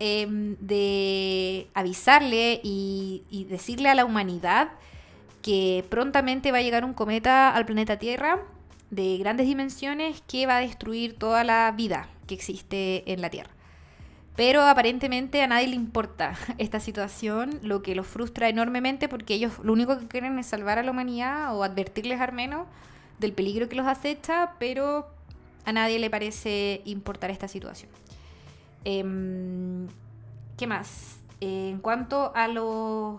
de avisarle y decirle a la humanidad que prontamente va a llegar un cometa al planeta Tierra de grandes dimensiones que va a destruir toda la vida que existe en la Tierra. Pero aparentemente a nadie le importa esta situación, lo que los frustra enormemente, porque ellos lo único que quieren es salvar a la humanidad o advertirles al menos del peligro que los acecha, pero a nadie le parece importar esta situación. ¿Qué más? En cuanto a los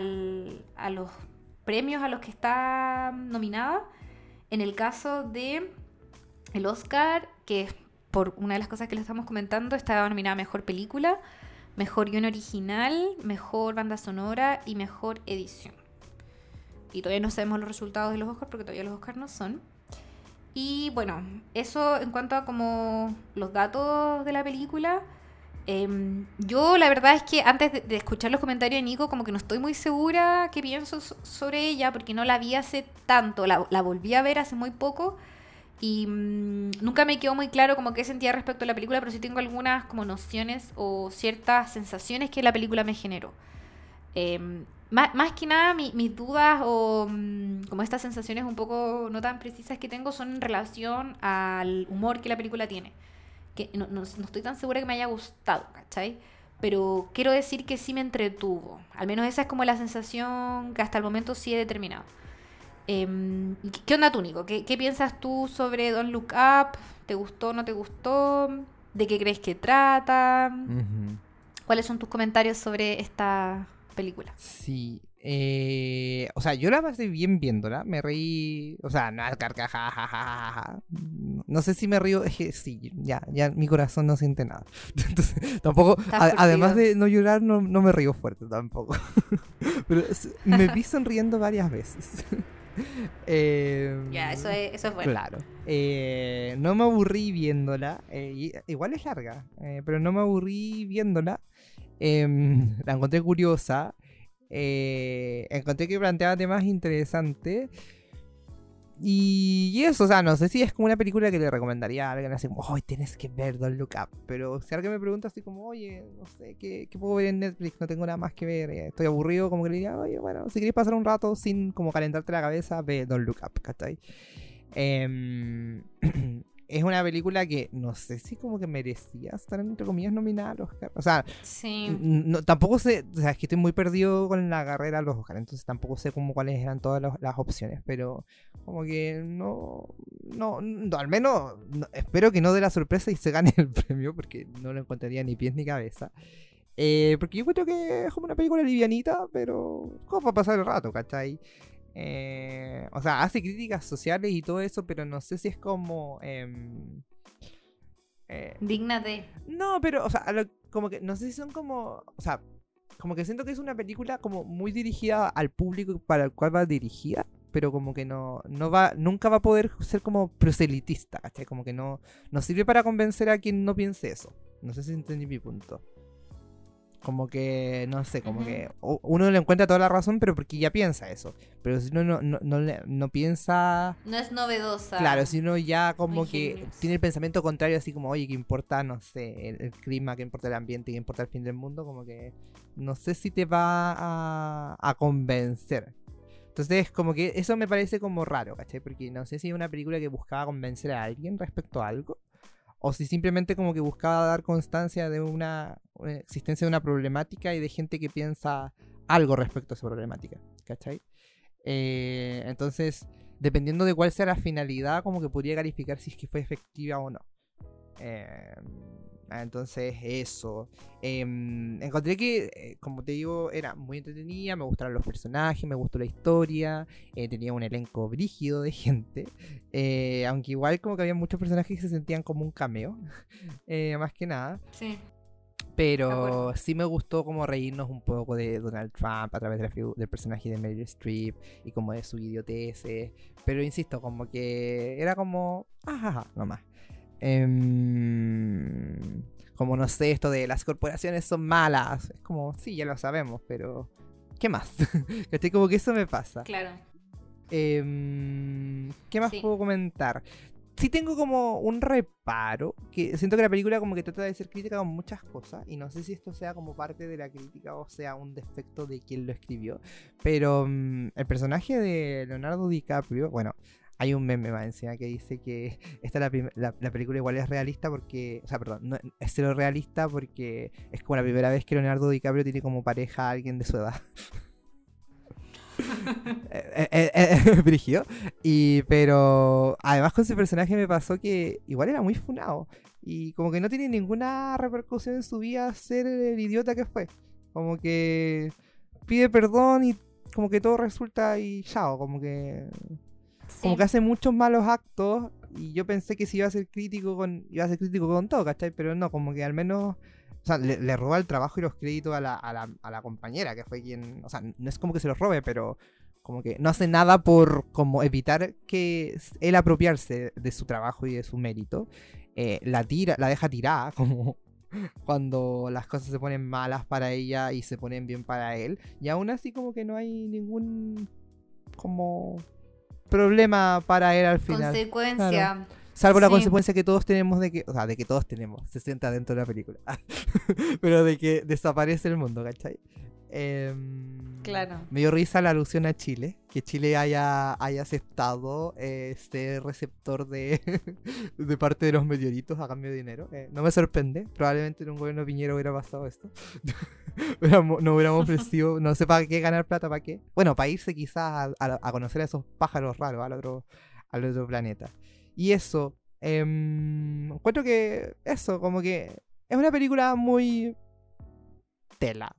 premios a los que está nominada, en el caso de el Oscar, que es por una de las cosas que le estamos comentando, estaba nominada a Mejor Película, Mejor Guión Original, Mejor Banda Sonora y Mejor Edición. Y todavía no sabemos los resultados de los Oscars, porque todavía los Oscars no son. Y bueno, eso en cuanto a como los datos de la película. Yo la verdad es que antes de escuchar los comentarios de Nico, como que no estoy muy segura qué pienso sobre ella, porque no la vi hace tanto, la volví a ver hace muy poco, y nunca me quedó muy claro como qué sentía respecto a la película, pero sí tengo algunas como nociones o ciertas sensaciones que la película me generó. Más que nada mis dudas o como estas sensaciones un poco no tan precisas que tengo son en relación al humor que la película tiene, que no estoy tan segura que me haya gustado, ¿cachai? pero quiero decir que sí me entretuvo. Al menos esa es como la sensación que hasta el momento sí he determinado. ¿Qué onda tú, Nico? ¿Qué piensas tú sobre Don't Look Up? ¿Te gustó o no te gustó? ¿De qué crees que trata? Ujú. ¿Cuáles son tus comentarios sobre esta película? Sí. O sea, yo la pasé bien viéndola. Me reí. O sea, nada, carcajajajaja. No sé si me río. Es que sí, ya mi corazón no siente nada. Entonces, tampoco. Estás Además curtido. de no llorar, no me río fuerte tampoco. Pero me vi sonriendo varias veces. Ya, eso es bueno. Claro. No me aburrí viéndola. Igual es larga, pero no me aburrí viéndola. La encontré curiosa. Encontré que planteaba temas interesantes. Y eso, o sea, no sé si es como una película que le recomendaría a alguien así como, hoy tienes que ver Don't Look Up. Pero si alguien me pregunta así como, oye, no sé, ¿qué puedo ver en Netflix? No tengo nada más que ver, estoy aburrido, como que le diría, oye, bueno, si querés pasar un rato sin como calentarte la cabeza, ve Don't Look Up, ¿cachai? Em, es una película que no sé si como que merecía estar entre comillas nominada al Oscar. O sea, Sí. tampoco sé, o sea, es que estoy muy perdido con la carrera de los Oscar, entonces tampoco sé como cuáles eran todas las opciones, pero como que no, al menos espero que no dé la sorpresa y se gane el premio, porque no lo encontraría ni pies ni cabeza. Porque yo creo que es como una película livianita, pero como para pasar el rato, ¿cachai? O sea, hace críticas sociales y todo eso, pero no sé si es como... Digna de. no, pero, o sea, como que no sé si son como... O sea, como que siento que es una película como muy dirigida al público para el cual va dirigida, pero como que nunca va a poder ser como proselitista, ¿cachai? Como que no sirve para convencer a quien no piense eso. No sé si entendí mi punto. Como que, no sé, como Ujú. que uno le encuentra toda la razón, pero porque ya piensa eso. Pero si uno no piensa... No es novedosa Claro, si uno ya o como que ingeniosa. tiene el pensamiento contrario, así como, oye, ¿qué importa, no sé, el clima, qué importa el ambiente, qué importa el fin del mundo? Como que no sé si te va a convencer. Entonces, como que eso me parece como raro, ¿cachai? Porque no sé si es una película que buscaba convencer a alguien respecto a algo, o si simplemente como que buscaba dar constancia de una existencia de una problemática y de gente que piensa algo respecto a esa problemática, ¿cachai? Entonces, dependiendo de cuál sea la finalidad, como que podría calificar si es que fue efectiva o no. Eh, entonces, eso. Encontré que, como te digo, era muy entretenida, me gustaron los personajes, me gustó la historia, tenía un elenco brígido de gente, aunque igual como que había muchos personajes que se sentían como un cameo, más que nada. Sí, de acuerdo. Pero sí me gustó como reírnos un poco de Donald Trump a través de del personaje de Meryl Streep y como de su idioteces. Pero insisto, como que era como... Ajaja, nomás. Como no sé, esto de las corporaciones son malas. Es como, sí, ya lo sabemos, pero... ¿Qué más? ¿Cachai? Como que eso me pasa. Claro. ¿Qué más Sí. puedo comentar? Sí tengo como un reparo, que siento que la película como que trata de ser crítica con muchas cosas, y no sé si esto sea como parte de la crítica o sea un defecto de quien lo escribió, pero el personaje de Leonardo DiCaprio, bueno, hay un meme más encima que dice que esta la película igual es realista porque, o sea, perdón, no, es cero realista porque es como la primera vez que Leonardo DiCaprio tiene como pareja a alguien de su edad. Brígido. Pero además con ese personaje me pasó que igual era muy funado. Y como que no tiene ninguna repercusión en su vida ser el idiota que fue. Como que pide perdón y como que todo resulta y chao. Como que Sí. hace muchos malos actos. Y yo pensé que si iba a ser crítico con todo, ¿cachai? Pero no, como que al menos... O sea, le roba el trabajo y los créditos a la compañera, que fue quien... O sea, no es como que se los robe, pero como que no hace nada por como evitar que él apropiarse de su trabajo y de su mérito. La deja tirada, como cuando las cosas se ponen malas para ella y se ponen bien para él. Y aún así como que no hay ningún como problema para él al final. Claro. Consecuencia. Salvo la Sí. consecuencia que todos tenemos o sea, de que todos tenemos, se sienta dentro de la película. Pero de que desaparece el mundo, ¿cachai? Claro. Me dio risa la alusión a Chile, que Chile haya aceptado este receptor de, de parte de los meteoritos a cambio de dinero. No me sorprende, probablemente en un gobierno Piñera hubiera pasado esto. No hubiéramos ofrecido, no sé para qué ganar plata, para qué. Bueno, para irse quizás a conocer a esos pájaros raros al otro planeta. Y eso, encuentro que eso, como que es una película muy tela.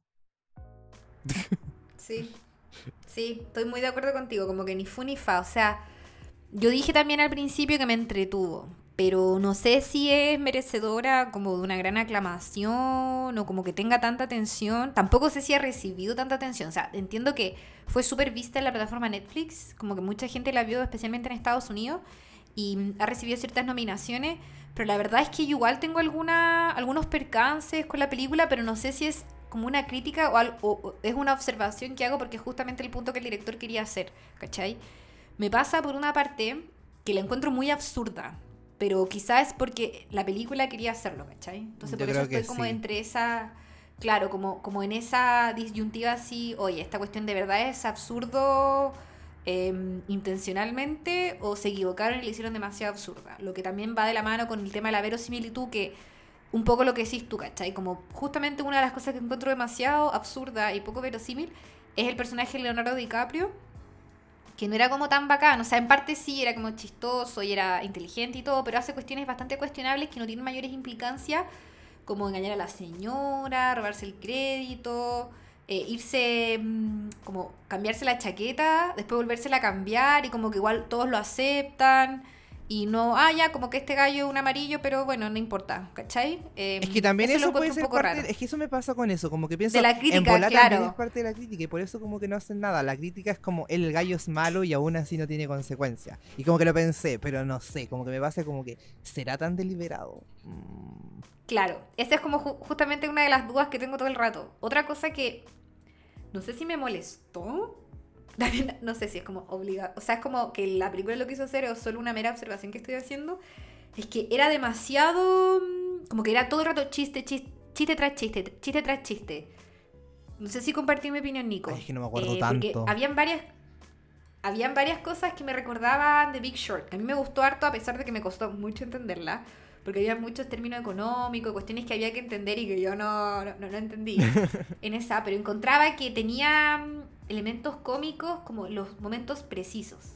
Sí, sí, estoy muy de acuerdo contigo, como que ni fu ni fa, o sea, yo dije también al principio que me entretuvo, pero no sé si es merecedora como de una gran aclamación o como que tenga tanta atención, tampoco sé si ha recibido tanta atención, o sea, entiendo que fue súper vista en la plataforma Netflix, como que mucha gente la vio especialmente en Estados Unidos y ha recibido ciertas nominaciones, pero la verdad es que yo igual tengo algunos percances con la película, pero no sé si es como una crítica o es una observación que hago porque es justamente el punto que el director quería hacer, ¿cachai? Me pasa por una parte que la encuentro muy absurda, pero quizás es porque la película quería hacerlo, ¿cachai? Entonces Yo por eso creo que estoy como sí. entre esa, claro, como en esa disyuntiva así, oye, esta cuestión de verdad es absurdo intencionalmente o se equivocaron y le hicieron demasiado absurda, lo que también va de la mano con el tema de la verosimilitud que un poco lo que decís tú, ¿cachai? Como justamente una de las cosas que encuentro demasiado absurda y poco verosímil es el personaje de Leonardo DiCaprio, que no era como tan bacán, o sea, en parte sí era como chistoso y era inteligente y todo, pero hace cuestiones bastante cuestionables que no tienen mayores implicancias, como engañar a la señora, robarse el crédito, irse, como cambiarse la chaqueta, después volvérsela a cambiar y como que igual todos lo aceptan. Y no, ya, como que este gallo es un amarillo, pero bueno, no importa, ¿cachai? Es que también Eso lo eso puede encuentro un ser poco raro. parte, es que eso me pasa con eso, como que De pienso, la en crítica, volar también es claro. parte de la crítica y por eso como que no hacen nada, la crítica es como el gallo es malo y aún así no tiene consecuencias. Y como que lo pensé, pero no sé, como que me pasa como que, ¿será tan deliberado? Claro, esa es como justamente una de las dudas que tengo todo el rato. Otra cosa que no sé si me molestó, también no sé si es como obligado, o sea, es como que la película lo quiso hacer o solo una mera observación que estoy haciendo, es que era demasiado, como que era todo el rato chiste, chiste, chiste tras chiste, chiste tras chiste. No sé si compartí mi opinión, Nico. Ay, es que no me acuerdo Porque tanto. habían varias cosas que me recordaban de Big Short, que a mí me gustó harto a pesar de que me costó mucho entenderla, porque había muchos términos económicos, cuestiones que había que entender y que yo no entendí en esa, pero encontraba que tenía elementos cómicos como los momentos precisos.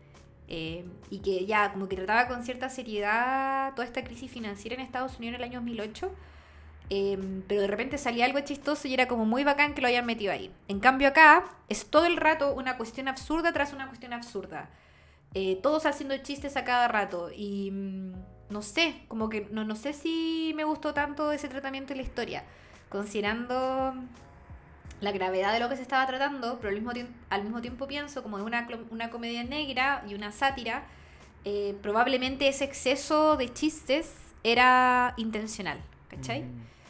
Y que ya como que trataba con cierta seriedad toda esta crisis financiera en Estados Unidos en el año 2008, pero de repente salía algo chistoso y era como muy bacán que lo hayan metido ahí. En cambio acá es todo el rato una cuestión absurda tras una cuestión absurda. Todos haciendo chistes a cada rato y no sé, como que no sé si me gustó tanto ese tratamiento de la historia, considerando la gravedad de lo que se estaba tratando, pero al mismo tiempo pienso como de una comedia negra y una sátira, probablemente ese exceso de chistes era intencional, ¿cachai?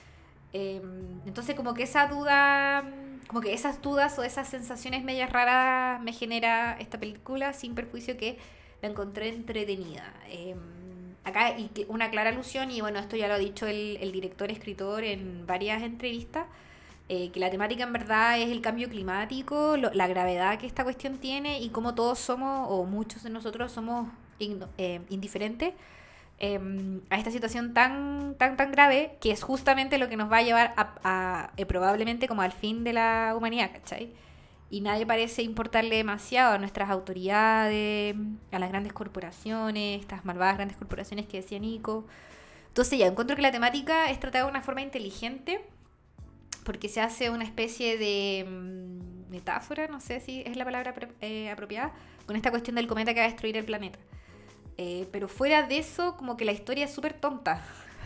Entonces como que esa duda, como que esas dudas o esas sensaciones medias raras me genera esta película, sin perjuicio que la encontré entretenida. Acá y una clara alusión, y bueno, esto ya lo ha dicho el director escritor en varias entrevistas, que la temática en verdad es el cambio climático, la gravedad que esta cuestión tiene y cómo todos somos, o muchos de nosotros somos indiferentes a esta situación tan grave, que es justamente lo que nos va a llevar probablemente como al fin de la humanidad, ¿cachai? Y nadie parece importarle demasiado a nuestras autoridades, a las grandes corporaciones, estas malvadas grandes corporaciones que decía Nico. Entonces ya, encuentro que la temática es tratada de una forma inteligente, porque se hace una especie de metáfora, no sé si es la palabra apropiada, con esta cuestión del cometa que va a destruir el planeta. Pero fuera de eso, como que la historia es súper tonta.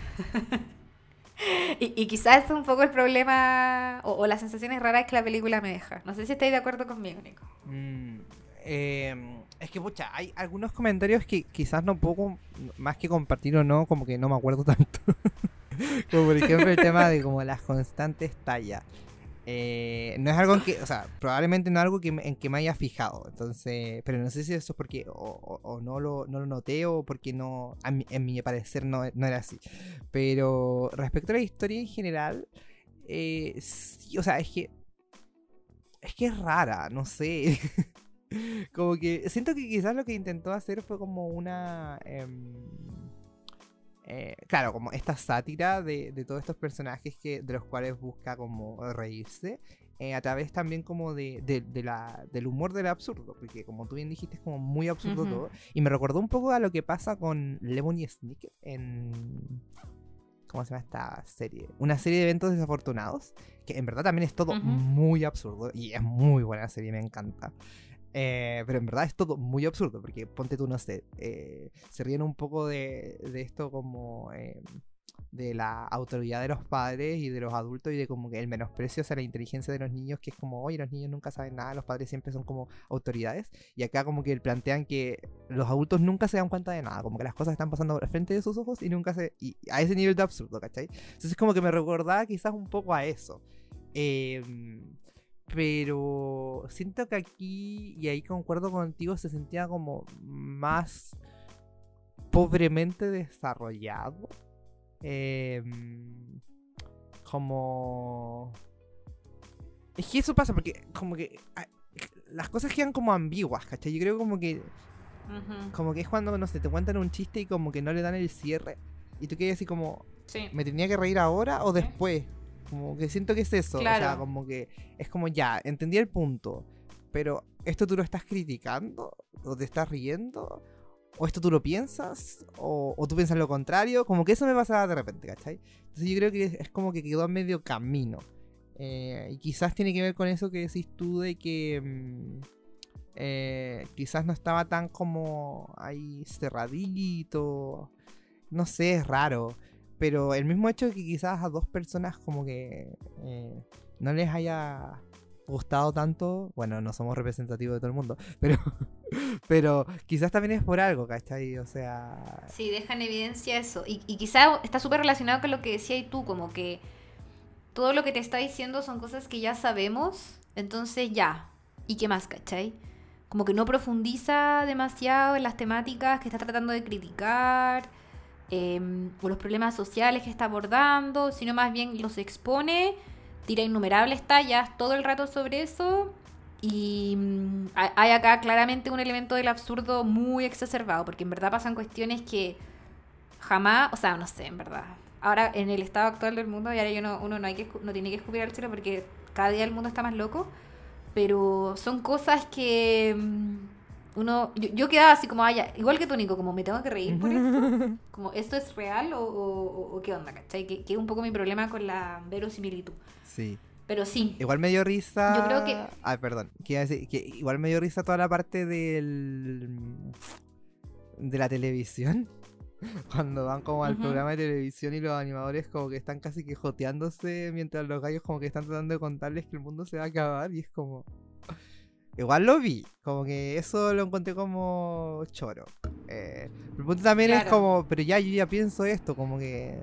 y quizás es un poco el problema o las sensaciones raras que la película me deja. No sé si estáis de acuerdo conmigo, Nico. Es que, pucha, hay algunos comentarios que quizás no puedo, más que compartir o no, como que no me acuerdo tanto. Como por ejemplo el tema de como las constantes tallas. No es algo en que, o sea, probablemente no es algo en que me haya fijado, entonces, pero no sé si eso es porque o no lo noté o porque no, en mi parecer no era así. Pero respecto a la historia en general, sí, o sea, es que es que es rara, no sé. Como que siento que quizás lo que intentó hacer fue como una... claro, como esta sátira de todos estos personajes de los cuales busca como reírse, a través también como del humor del absurdo, porque como tú bien dijiste es como muy absurdo todo, y me recordó un poco a lo que pasa con Lemon y Snicket en... ¿Cómo se llama esta serie? Una serie de eventos desafortunados, que en verdad también es todo muy absurdo, y es muy buena serie, me encanta. Pero en verdad es todo muy absurdo, porque ponte tú, no sé, se ríen un poco de esto como de la autoridad de los padres y de los adultos y de como que el menosprecio hacia la inteligencia de los niños, que es como, oye, los niños nunca saben nada, los padres siempre son como autoridades, y acá como que plantean que los adultos nunca se dan cuenta de nada, como que las cosas están pasando al frente de sus ojos y nunca y a ese nivel de absurdo, ¿cachai? Entonces como que me recordaba quizás un poco a eso. Pero siento que aquí, y ahí concuerdo contigo, se sentía como más pobremente desarrollado. Como... Es que eso pasa porque como que las cosas quedan como ambiguas, ¿cachai? Yo creo como que es cuando, no sé, te cuentan un chiste y como que no le dan el cierre y tú quedas así como, Sí. ¿me tenía que reír ahora o después? Como que siento que es eso, Claro. o sea, como que es como ya, entendí el punto, pero ¿esto tú lo estás criticando? ¿O te estás riendo? ¿O esto tú lo piensas? ¿O tú piensas lo contrario? Como que eso me pasa de repente, ¿cachai? Entonces yo creo que es como que quedó a medio camino. Y quizás tiene que ver con eso que decís tú de que quizás no estaba tan como ahí cerradito. No sé, es raro. Pero el mismo hecho de que quizás a dos personas como que no les haya gustado tanto, bueno, no somos representativos de todo el mundo, pero quizás también es por algo, ¿cachai? O sea... Sí, deja en evidencia eso. Y quizá está súper relacionado con lo que decías tú, como que todo lo que te está diciendo son cosas que ya sabemos, entonces ya. ¿Y qué más, cachai? Como que no profundiza demasiado en las temáticas que está tratando de criticar, o los problemas sociales que está abordando, sino más bien los expone, tira innumerables tallas todo el rato sobre eso. Y hay acá claramente un elemento del absurdo muy exacerbado, porque en verdad pasan cuestiones que jamás, o sea, no sé, en verdad. Ahora, en el estado actual del mundo, y ahora uno no tiene que escupir al cielo porque cada día el mundo está más loco, pero son cosas que yo quedaba así como, igual que tú, Nico, como me tengo que reír por esto, como esto es real o qué onda, ¿cachai? Que es un poco mi problema con la verosimilitud. Sí. Pero sí. Igual me dio risa... Yo creo que... Ay, perdón. Que iba a decir que igual me dio risa toda la parte de la televisión. Cuando van como al programa de televisión y los animadores como que están casi que joteándose mientras los gallos como que están tratando de contarles que el mundo se va a acabar y es como... Igual lo vi, como que eso lo encontré como choro. El punto también es como, pero ya yo ya pienso esto, como que...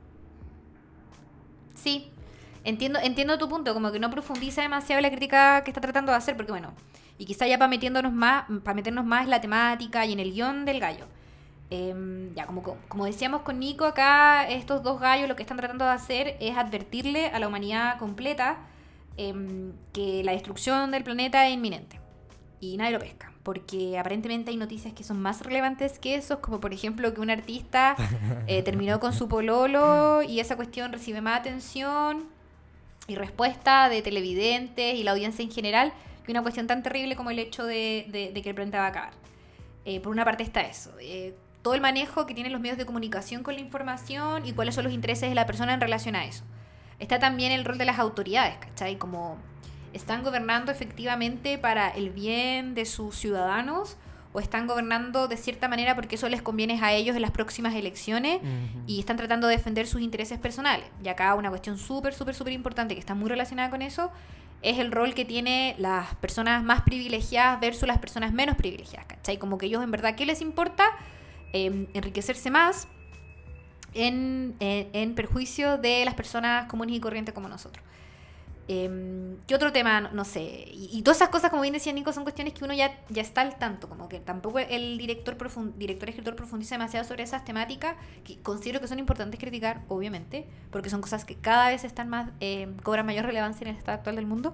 Sí, entiendo tu punto, como que no profundiza demasiado la crítica que está tratando de hacer, porque bueno, y quizá ya para meternos más en la temática y en el guión del gallo. Ya, como decíamos con Nico, acá estos dos gallos lo que están tratando de hacer es advertirle a la humanidad completa que la destrucción del planeta es inminente. Y nadie lo pesca, porque aparentemente hay noticias que son más relevantes que esos, como por ejemplo que un artista terminó con su pololo y esa cuestión recibe más atención y respuesta de televidentes y la audiencia en general que una cuestión tan terrible como el hecho de que el planeta va a acabar. Por una parte está eso. Todo el manejo que tienen los medios de comunicación con la información y cuáles son los intereses de la persona en relación a eso. Está también el rol de las autoridades, ¿cachai? Como están gobernando efectivamente para el bien de sus ciudadanos o están gobernando de cierta manera porque eso les conviene a ellos en las próximas elecciones y están tratando de defender sus intereses personales. Y acá una cuestión súper importante que está muy relacionada con eso es el rol que tiene las personas más privilegiadas versus las personas menos privilegiadas, ¿cachai? Como que ellos en verdad, ¿qué les importa? Enriquecerse más en perjuicio de las personas comunes y corrientes como nosotros. ¿Qué otro tema? No sé. Y todas esas cosas, como bien decía Nico, son cuestiones que uno ya está al tanto. Como que tampoco el escritor profundiza demasiado sobre esas temáticas, que considero que son importantes criticar, obviamente, porque son cosas que cada vez están más cobran mayor relevancia en el estado actual del mundo.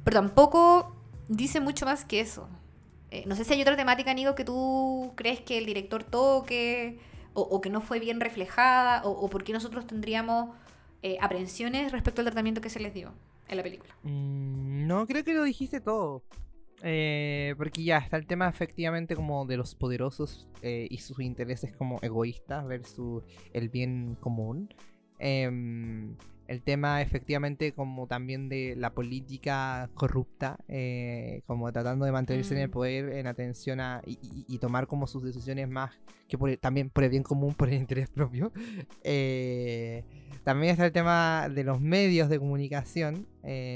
pero tampoco dice mucho más que eso. No sé si hay otra temática, Nico, que tú crees que el director toque o que no fue bien reflejada o por qué nosotros tendríamos aprensiones respecto al tratamiento que se les dio en la película. No, creo que lo dijiste todo. Porque ya está el tema efectivamente como de los poderosos y sus intereses como egoístas versus el bien común. El tema efectivamente como también de la política corrupta, como tratando de mantenerse en el poder en atención a y tomar como sus decisiones más que también por el bien común, por el interés propio. También está el tema de los medios de comunicación,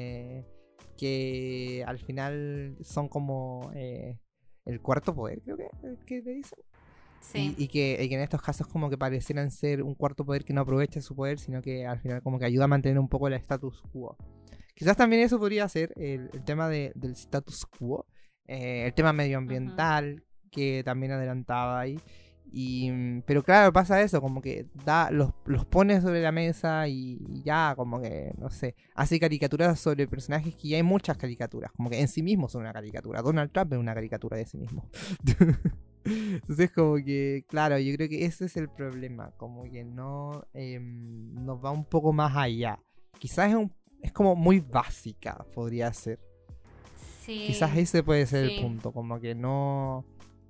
que al final son como el cuarto poder, creo que le dicen. Sí. Y que en estos casos como que parecieran ser un cuarto poder que no aprovecha su poder, sino que al final como que ayuda a mantener un poco el status quo. Quizás también eso podría ser el tema del status quo, el tema medioambiental que también adelantaba ahí. Pero claro, pasa eso, como que los pone sobre la mesa y ya como que, no sé, hace caricaturas sobre personajes que ya hay muchas caricaturas, como que en sí mismos son una caricatura. Donald Trump es una caricatura de sí mismo. Entonces como que, claro, yo creo que ese es el problema, como que no nos va un poco más allá. Quizás es como muy básica, podría ser. Sí. Quizás ese puede ser el punto, como que no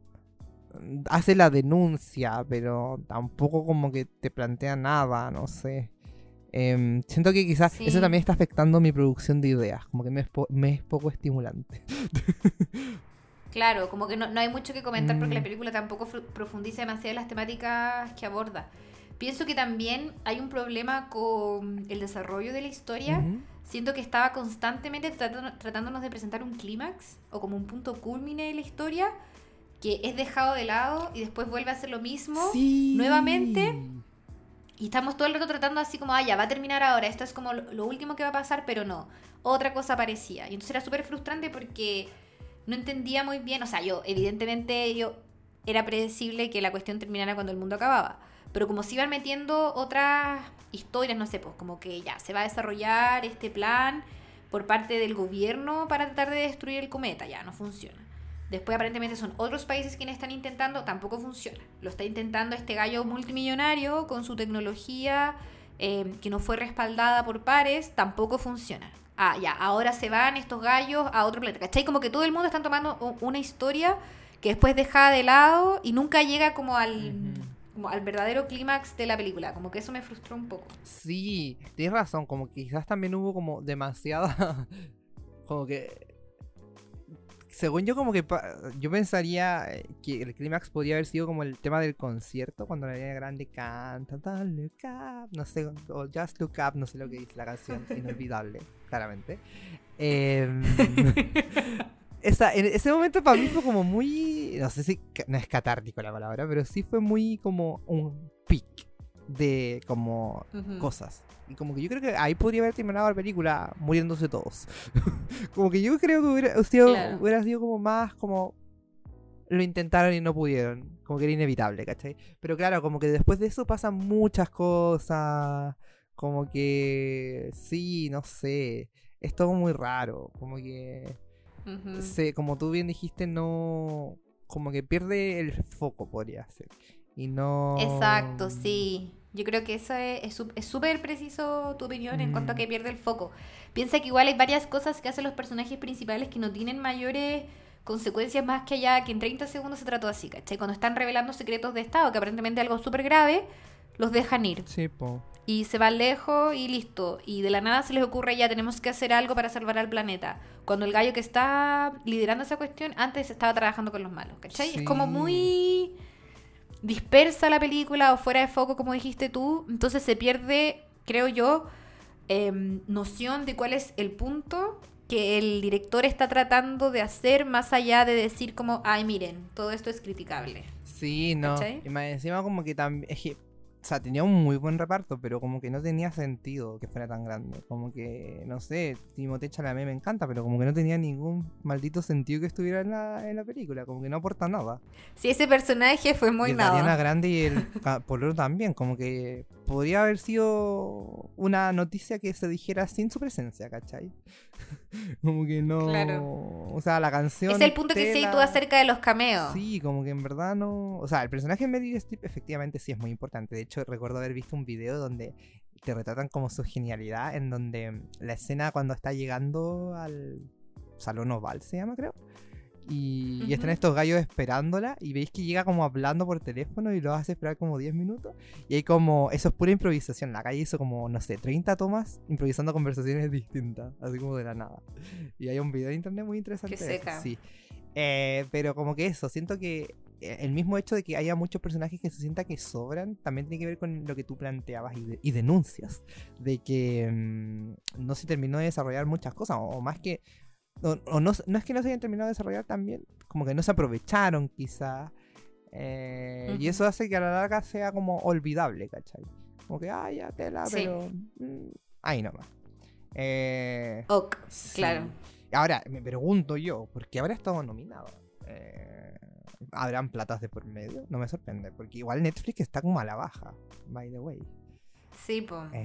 hace la denuncia, pero tampoco como que te plantea nada, no sé. Siento que quizás eso también está afectando mi producción de ideas, como que me es poco estimulante. Claro, como que no hay mucho que comentar porque la película tampoco profundiza demasiado en las temáticas que aborda. Pienso que también hay un problema con el desarrollo de la historia. Siento que estaba constantemente tratándonos de presentar un clímax o como un punto culmine de la historia que es dejado de lado y después vuelve a hacer lo mismo nuevamente. Y estamos todo el rato tratando así como, ya va a terminar ahora, esto es como lo último que va a pasar, pero no, otra cosa aparecía. Y entonces era súper frustrante porque no entendía muy bien, o sea, evidentemente era predecible que la cuestión terminara cuando el mundo acababa, pero como se iban metiendo otras historias, no sé, pues como que ya se va a desarrollar este plan por parte del gobierno para tratar de destruir el cometa, ya no funciona. Después aparentemente son otros países quienes están intentando, tampoco funciona. Lo está intentando este gallo multimillonario con su tecnología que no fue respaldada por pares, tampoco funciona. Ya, ahora se van estos gallos a otro planeta, ¿cachai? Como que todo el mundo está tomando una historia que después deja de lado y nunca llega como al verdadero clímax de la película. Como que eso me frustró un poco. Sí, tienes razón, como que quizás también hubo como demasiada... como que... Según yo, como que yo pensaría que el clímax podría haber sido como el tema del concierto, cuando la Ariana Grande canta, Don't look up, no sé, o Just Look Up, no sé lo que dice la canción, inolvidable, claramente. En ese momento para mí fue como muy, no sé si no es catártico la palabra, pero sí fue muy como un pic de como cosas. Y como que yo creo que ahí podría haber terminado la película muriéndose todos. Como que yo creo que hubiera sido como más como lo intentaron y no pudieron. Como que era inevitable, ¿cachai? Pero claro, como que después de eso pasan muchas cosas. Como que sí, no sé. Es todo muy raro. Como que como tú bien dijiste, no... Como que pierde el foco, podría ser. Y no... Exacto, sí. Yo creo que eso es súper preciso tu opinión en cuanto a que pierde el foco. Piensa que igual hay varias cosas que hacen los personajes principales que no tienen mayores consecuencias más que allá que en 30 segundos se trató así, ¿cachai? Cuando están revelando secretos de Estado, que aparentemente es algo súper grave, los dejan ir. Sí, po. Y se van lejos y listo. Y de la nada se les ocurre ya tenemos que hacer algo para salvar al planeta. Cuando el gallo que está liderando esa cuestión antes estaba trabajando con los malos, ¿cachai? Sí. Es como muy... dispersa la película o fuera de foco, como dijiste tú, entonces se pierde, creo yo, noción de cuál es el punto que el director está tratando de hacer más allá de decir como, ay, miren, todo esto es criticable. Sí, no. ¿Cachai? Y más encima como que también... O sea, tenía un muy buen reparto, pero como que no tenía sentido que fuera tan grande. Como que, no sé, Timothée Chalamet me encanta, pero como que no tenía ningún maldito sentido que estuviera en la película. Como que no aporta nada. Sí, ese personaje fue muy y nada. Ariana Grande y el pololo también, como que podría haber sido una noticia que se dijera sin su presencia, ¿cachai? Como que no... Claro. O sea, la canción... Es el punto que sí tú acerca de los cameos. Sí, como que en verdad no... O sea, el personaje de Meryl Streep efectivamente sí es muy importante. De hecho, recuerdo haber visto un video donde te retratan como su genialidad, en donde la escena cuando está llegando al Salón Oval, se llama, creo. Y están estos gallos esperándola y veis que llega como hablando por teléfono y lo hace esperar como 10 minutos. Y hay como, eso es pura improvisación. La calle hizo como, no sé, 30 tomas improvisando conversaciones distintas, así como de la nada. Y hay un video de internet muy interesante. Qué seca. Sí. Pero como que eso, siento que el mismo hecho de que haya muchos personajes que se sienta que sobran también tiene que ver con lo que tú planteabas y denuncias. De que no se terminó de desarrollar muchas cosas, o más que... O no, no es que no se hayan terminado de desarrollar también, como que no se aprovecharon quizá. Y eso hace que a la larga sea como olvidable, ¿cachai? Como que, ya tela, sí. pero... ahí nomás. Sí. Claro. Ahora, me pregunto yo, ¿por qué habrá estado nominado? ¿Habrán platas de por medio? No me sorprende, porque igual Netflix está como a la baja, by the way. Sí,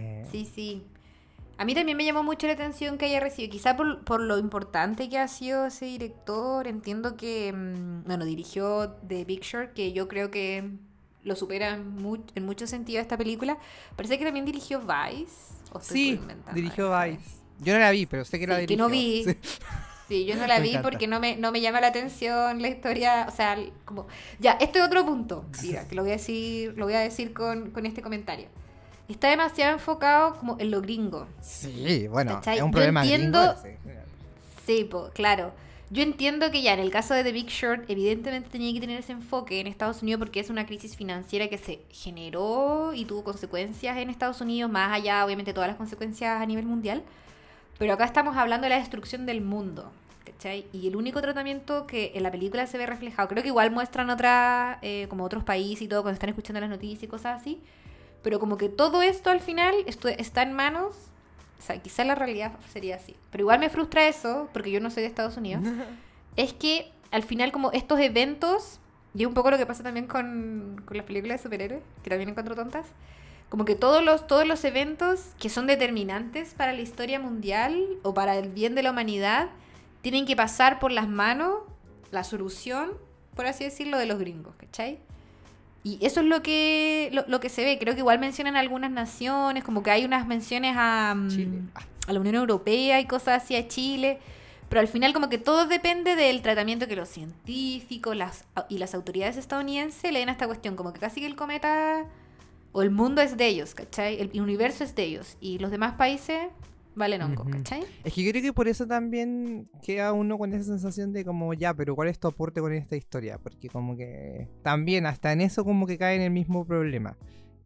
sí. A mí también me llamó mucho la atención que haya recibido, quizá por lo importante que ha sido ese director. Entiendo que, dirigió The Big Short, que yo creo que lo supera en muchos sentidos esta película. Parece que también dirigió Vice. Sí, dirigió Vice. Yo no la vi, pero sé que la dirigió. Que no vi. Sí, yo no la vi porque no me llama la atención la historia, o sea, como... Ya, este es otro punto, mira, que lo voy a decir con este comentario. Está demasiado enfocado como en lo gringo. Sí, bueno, ¿cachai? es un problema gringo. Sí, claro. Yo entiendo que ya en el caso de The Big Short, evidentemente tenía que tener ese enfoque en Estados Unidos porque es una crisis financiera que se generó y tuvo consecuencias en Estados Unidos, más allá, obviamente, todas las consecuencias a nivel mundial. Pero acá estamos hablando de la destrucción del mundo, ¿cachai? Y el único tratamiento que en la película se ve reflejado, creo que igual muestran como otros países y todo, cuando están escuchando las noticias y cosas así, pero como que todo esto al final está en manos, o sea, quizás la realidad sería así, pero igual me frustra eso, porque yo no soy de Estados Unidos, es que al final como estos eventos, y un poco lo que pasa también con las películas de superhéroes, que también encuentro tontas, como que todos los eventos que son determinantes para la historia mundial o para el bien de la humanidad tienen que pasar por las manos, la solución, por así decirlo, de los gringos, ¿cachai? Y eso es lo que se ve. Creo que igual mencionan algunas naciones, como que hay unas menciones a la Unión Europea y cosas así, a Chile, pero al final como que todo depende del tratamiento que los científicos y las autoridades estadounidenses le den a esta cuestión, como que casi que el cometa... O el mundo es de ellos, ¿cachai? El universo es de ellos. Y los demás países valen hongo, ¿cachai? Es que yo creo que por eso también queda uno con esa sensación de como, ya, pero ¿cuál es tu aporte con esta historia? Porque como que también hasta en eso como que cae en el mismo problema.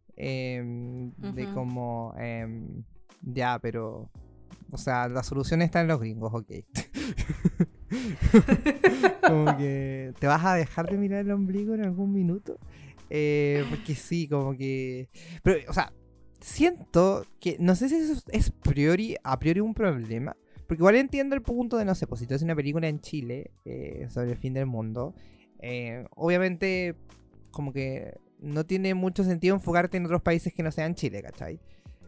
De como, ya, pero... O sea, la solución está en los gringos, ok. Como que... ¿Te vas a dejar de mirar el ombligo en algún minuto? Porque sí, como que... Pero, o sea, siento que... No sé si eso es a priori un problema. Porque igual entiendo el punto de, no sé, pues si tú haces una película en Chile sobre el fin del mundo, obviamente como que no tiene mucho sentido enfocarte en otros países que no sean Chile, ¿cachai?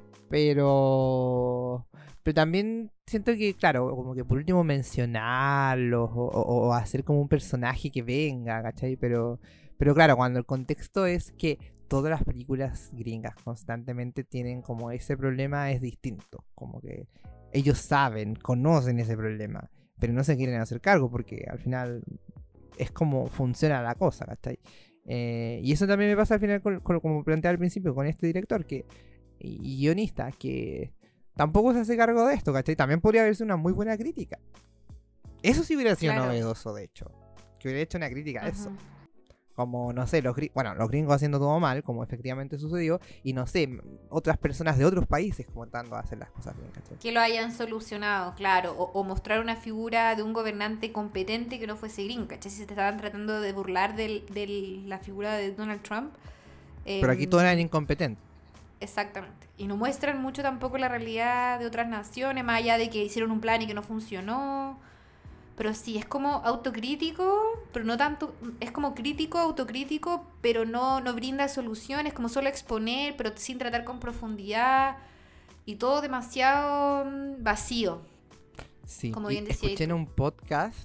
Pero también siento que, claro, como que por último mencionarlos o hacer como un personaje que venga, ¿cachai? Pero claro, cuando el contexto es que todas las películas gringas constantemente tienen como ese problema, es distinto. Como que ellos saben, conocen ese problema, pero no se quieren hacer cargo porque al final es como funciona la cosa, ¿cachai? Y eso también me pasa al final como planteaba al principio, con este director y guionista que tampoco se hace cargo de esto, ¿cachai? También podría haberse una muy buena crítica. Eso sí hubiera sido novedoso, de hecho. Que hubiera hecho una crítica a eso. Como, no sé, los gringos haciendo todo mal, como efectivamente sucedió, y no sé, otras personas de otros países como tratando de hacer las cosas bien, ¿cachai? Que lo hayan solucionado, claro, o mostrar una figura de un gobernante competente que no fuese gringo, ¿cachai? Si se estaban tratando de burlar de la figura de Donald Trump. Pero aquí todos eran incompetentes. Exactamente. Y no muestran mucho tampoco la realidad de otras naciones, más allá de que hicieron un plan y que no funcionó. Pero sí, es como autocrítico, pero no tanto, es como crítico, autocrítico, pero no brinda soluciones, como solo exponer, pero sin tratar con profundidad y todo demasiado vacío, Sí, como y bien decías escuché en tú. un podcast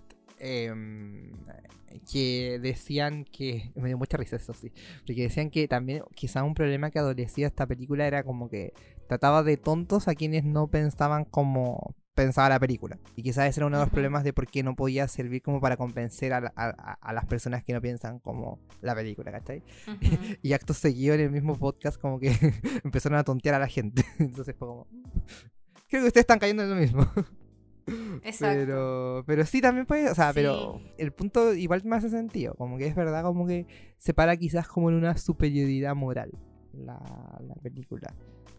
que decían que, me dio mucha risa eso sí, porque decían que también quizá un problema que adolecía esta película era como que trataba de tontos a quienes no pensaban como pensaba la película. Y quizás ese era uno de los Ujú, problemas de por qué no podía servir como para convencer a las personas que no piensan como la película, ¿cachai? ujú. Y acto seguido en el mismo podcast como que empezaron a tontear a la gente. Entonces fue como, creo que ustedes están cayendo en lo mismo. Exacto. Pero sí también puede, o sea, Sí. pero el punto igual me hace sentido, como que es verdad, como que se para quizás como en una superioridad moral la, la película.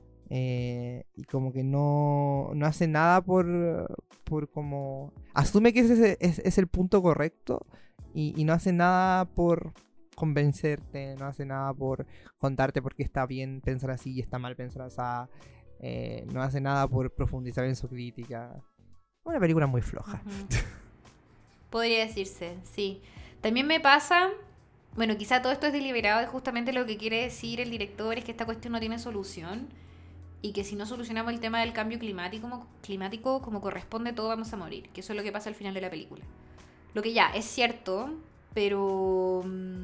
Y como que no hace nada por como... Asume que ese es el punto correcto y no hace nada por convencerte, no hace nada por contarte por qué está bien pensar así y está mal pensar así. No hace nada por profundizar en su crítica. Una película muy floja. Ujú. Podría decirse, sí. También me pasa, bueno, quizá todo esto es deliberado y justamente lo que quiere decir el director es que esta cuestión no tiene solución y que si no solucionamos el tema del cambio climático como corresponde, todos vamos a morir, que eso es lo que pasa al final de la película. Lo que ya es cierto, pero...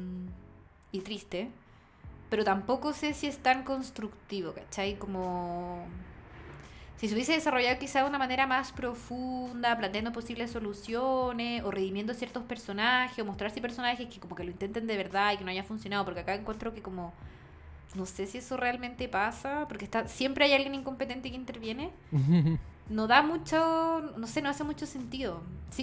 y triste, pero tampoco sé si es tan constructivo, ¿cachai? Como si se hubiese desarrollado quizá de una manera más profunda, planteando posibles soluciones, o redimiendo ciertos personajes, o mostrarse personajes que como que lo intenten de verdad y que no haya funcionado, porque acá encuentro que como, no sé si eso realmente pasa, porque siempre hay alguien incompetente que interviene, no da mucho, no sé, no hace mucho sentido.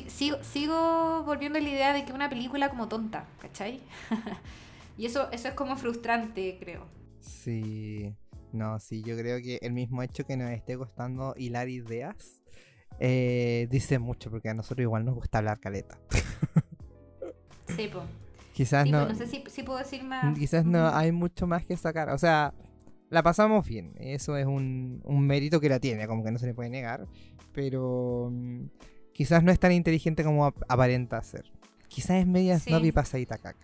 Sigo volviendo a la idea de que una película como tonta, ¿cachai? Y eso es como frustrante, creo. Sí, no, sí, yo creo que el mismo hecho que nos esté costando hilar ideas dice mucho, porque a nosotros igual nos gusta hablar caleta. Sí, pues. Quizás Sí, pues no, no sé si puedo decir más. quizás no Ujú. hay mucho más que sacar. O sea, la pasamos bien, eso es un mérito que la tiene, como que no se le puede negar, pero quizás no es tan inteligente como aparenta ser. Quizás es media snob y Sí, pasadita caca.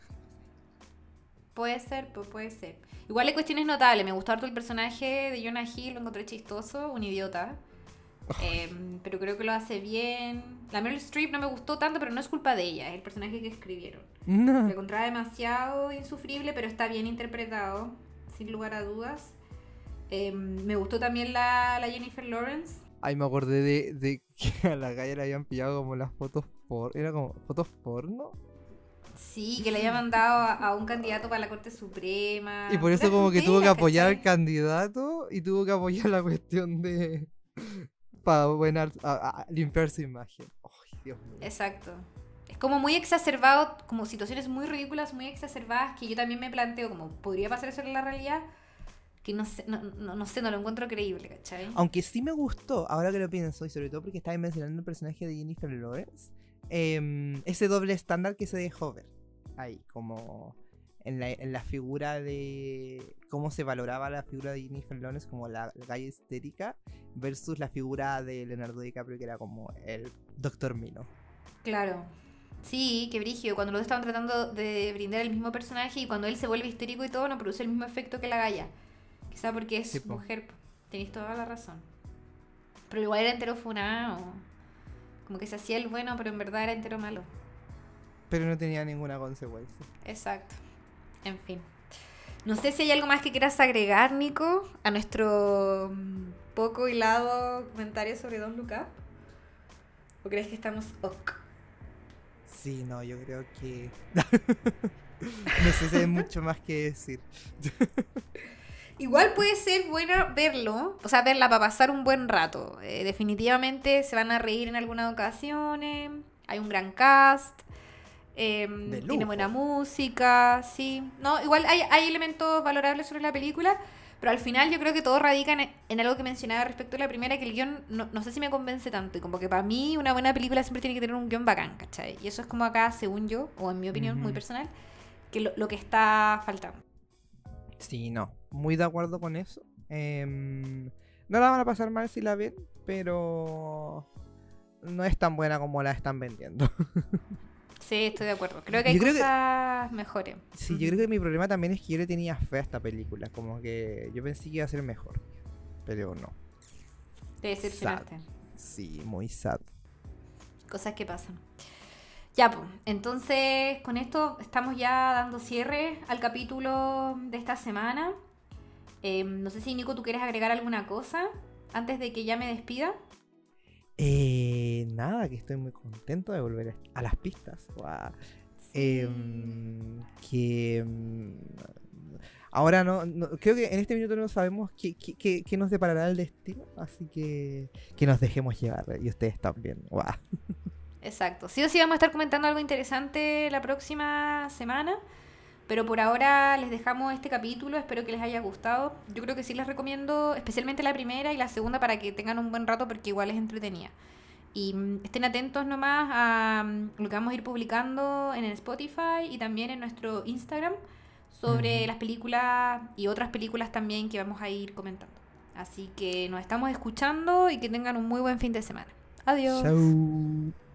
puede ser, pues puede ser. Igual hay cuestiones notables. Me gustó harto el personaje de Jonah Hill, lo encontré chistoso, un idiota. Pero creo que lo hace bien. La Meryl Streep no me gustó tanto, pero no es culpa de ella, es el personaje que escribieron. Lo No. encontraba demasiado insufrible, pero está bien interpretado, sin lugar a dudas. Me gustó también la Jennifer Lawrence. Ay, me acordé de que a la calle le habían pillado como las fotos por... ¿Era como fotos porno? Sí, que le había mandado a un candidato para la Corte Y Suprema. por eso Puras como que tuvo que tonteras, apoyar al ¿cachai? candidato y tuvo que apoyar la cuestión de... Para buena, limpiar su imagen. Ay, Dios mío. Exacto. Es como muy exacerbado, como situaciones muy ridículas, muy exacerbadas, que yo también me planteo como, ¿podría pasar eso en la realidad? Que no sé, no sé, no lo encuentro creíble, ¿cachai? Aunque sí me gustó, ahora que lo pienso, y sobre todo porque estaba mencionando el personaje de Jennifer Lawrence, ese doble estándar que se dejó ver ahí, como en la figura de cómo se valoraba la figura de Jennifer Lawrence como la galla estética versus la figura de Leonardo DiCaprio que era como el Doctor Mino. Claro. Sí, qué brígido. Cuando los dos estaban tratando de brindar el mismo personaje y cuando él se vuelve histérico y todo, no produce el mismo efecto que la galla. Quizá porque Sí, es po. mujer. Tenéis toda la razón. Pero igual era entero funado. Como que se hacía el bueno, pero en verdad era entero malo. Pero no tenía ninguna consecuencia. Exacto. En fin. No sé si hay algo más que quieras agregar, Nico, a nuestro poco hilado comentario sobre Don't Look Up. ¿O crees que estamos ok? Sí, no, yo creo que... no sé si hay mucho más que decir. Igual puede ser bueno verlo, o sea, verla para pasar un buen rato. Definitivamente se van a reír en algunas ocasiones. Hay un gran cast. De Tiene buena lujo. música, sí. No, igual hay elementos valorables sobre la película, pero al final yo creo que todo radica en algo que mencionaba respecto a la primera, que el guión no sé si me convence tanto. Y como que para mí una buena película siempre tiene que tener un guión bacán, ¿cachai? Y eso es como acá, según yo, o en mi opinión muy Ujú. personal, que lo que está faltando. Sí, no. Muy de acuerdo con eso. No la van a pasar mal si la ven, pero no es tan buena como la están vendiendo. Sí, estoy de acuerdo. Creo que hay cosas mejores. Sí, yo creo que mi problema también es que yo le tenía fe a esta película. Como que yo pensé que iba a ser mejor. Pero no. Te decepcionaste. Sí, muy sad. Cosas que pasan. Ya, pues. Entonces, con esto estamos ya dando cierre al capítulo de esta semana. No sé si, Nico, tú quieres agregar alguna cosa antes de que ya me despida. Nada, que estoy muy contento de volver a las pistas. Wow. Sí. Ahora no, creo que en este minuto no sabemos qué nos deparará el destino, así que nos dejemos llevar, y ustedes también. Wow. Exacto. Sí o sí vamos a estar comentando algo interesante la próxima semana, pero por ahora les dejamos este capítulo, espero que les haya gustado. Yo creo que sí les recomiendo, especialmente la primera y la segunda, para que tengan un buen rato porque igual es entretenida. Y estén atentos nomás a lo que vamos a ir publicando en el Spotify y también en nuestro Instagram sobre las películas y otras películas también que vamos a ir comentando. Así que nos estamos escuchando y que tengan un muy buen fin de semana. Adiós. Chau.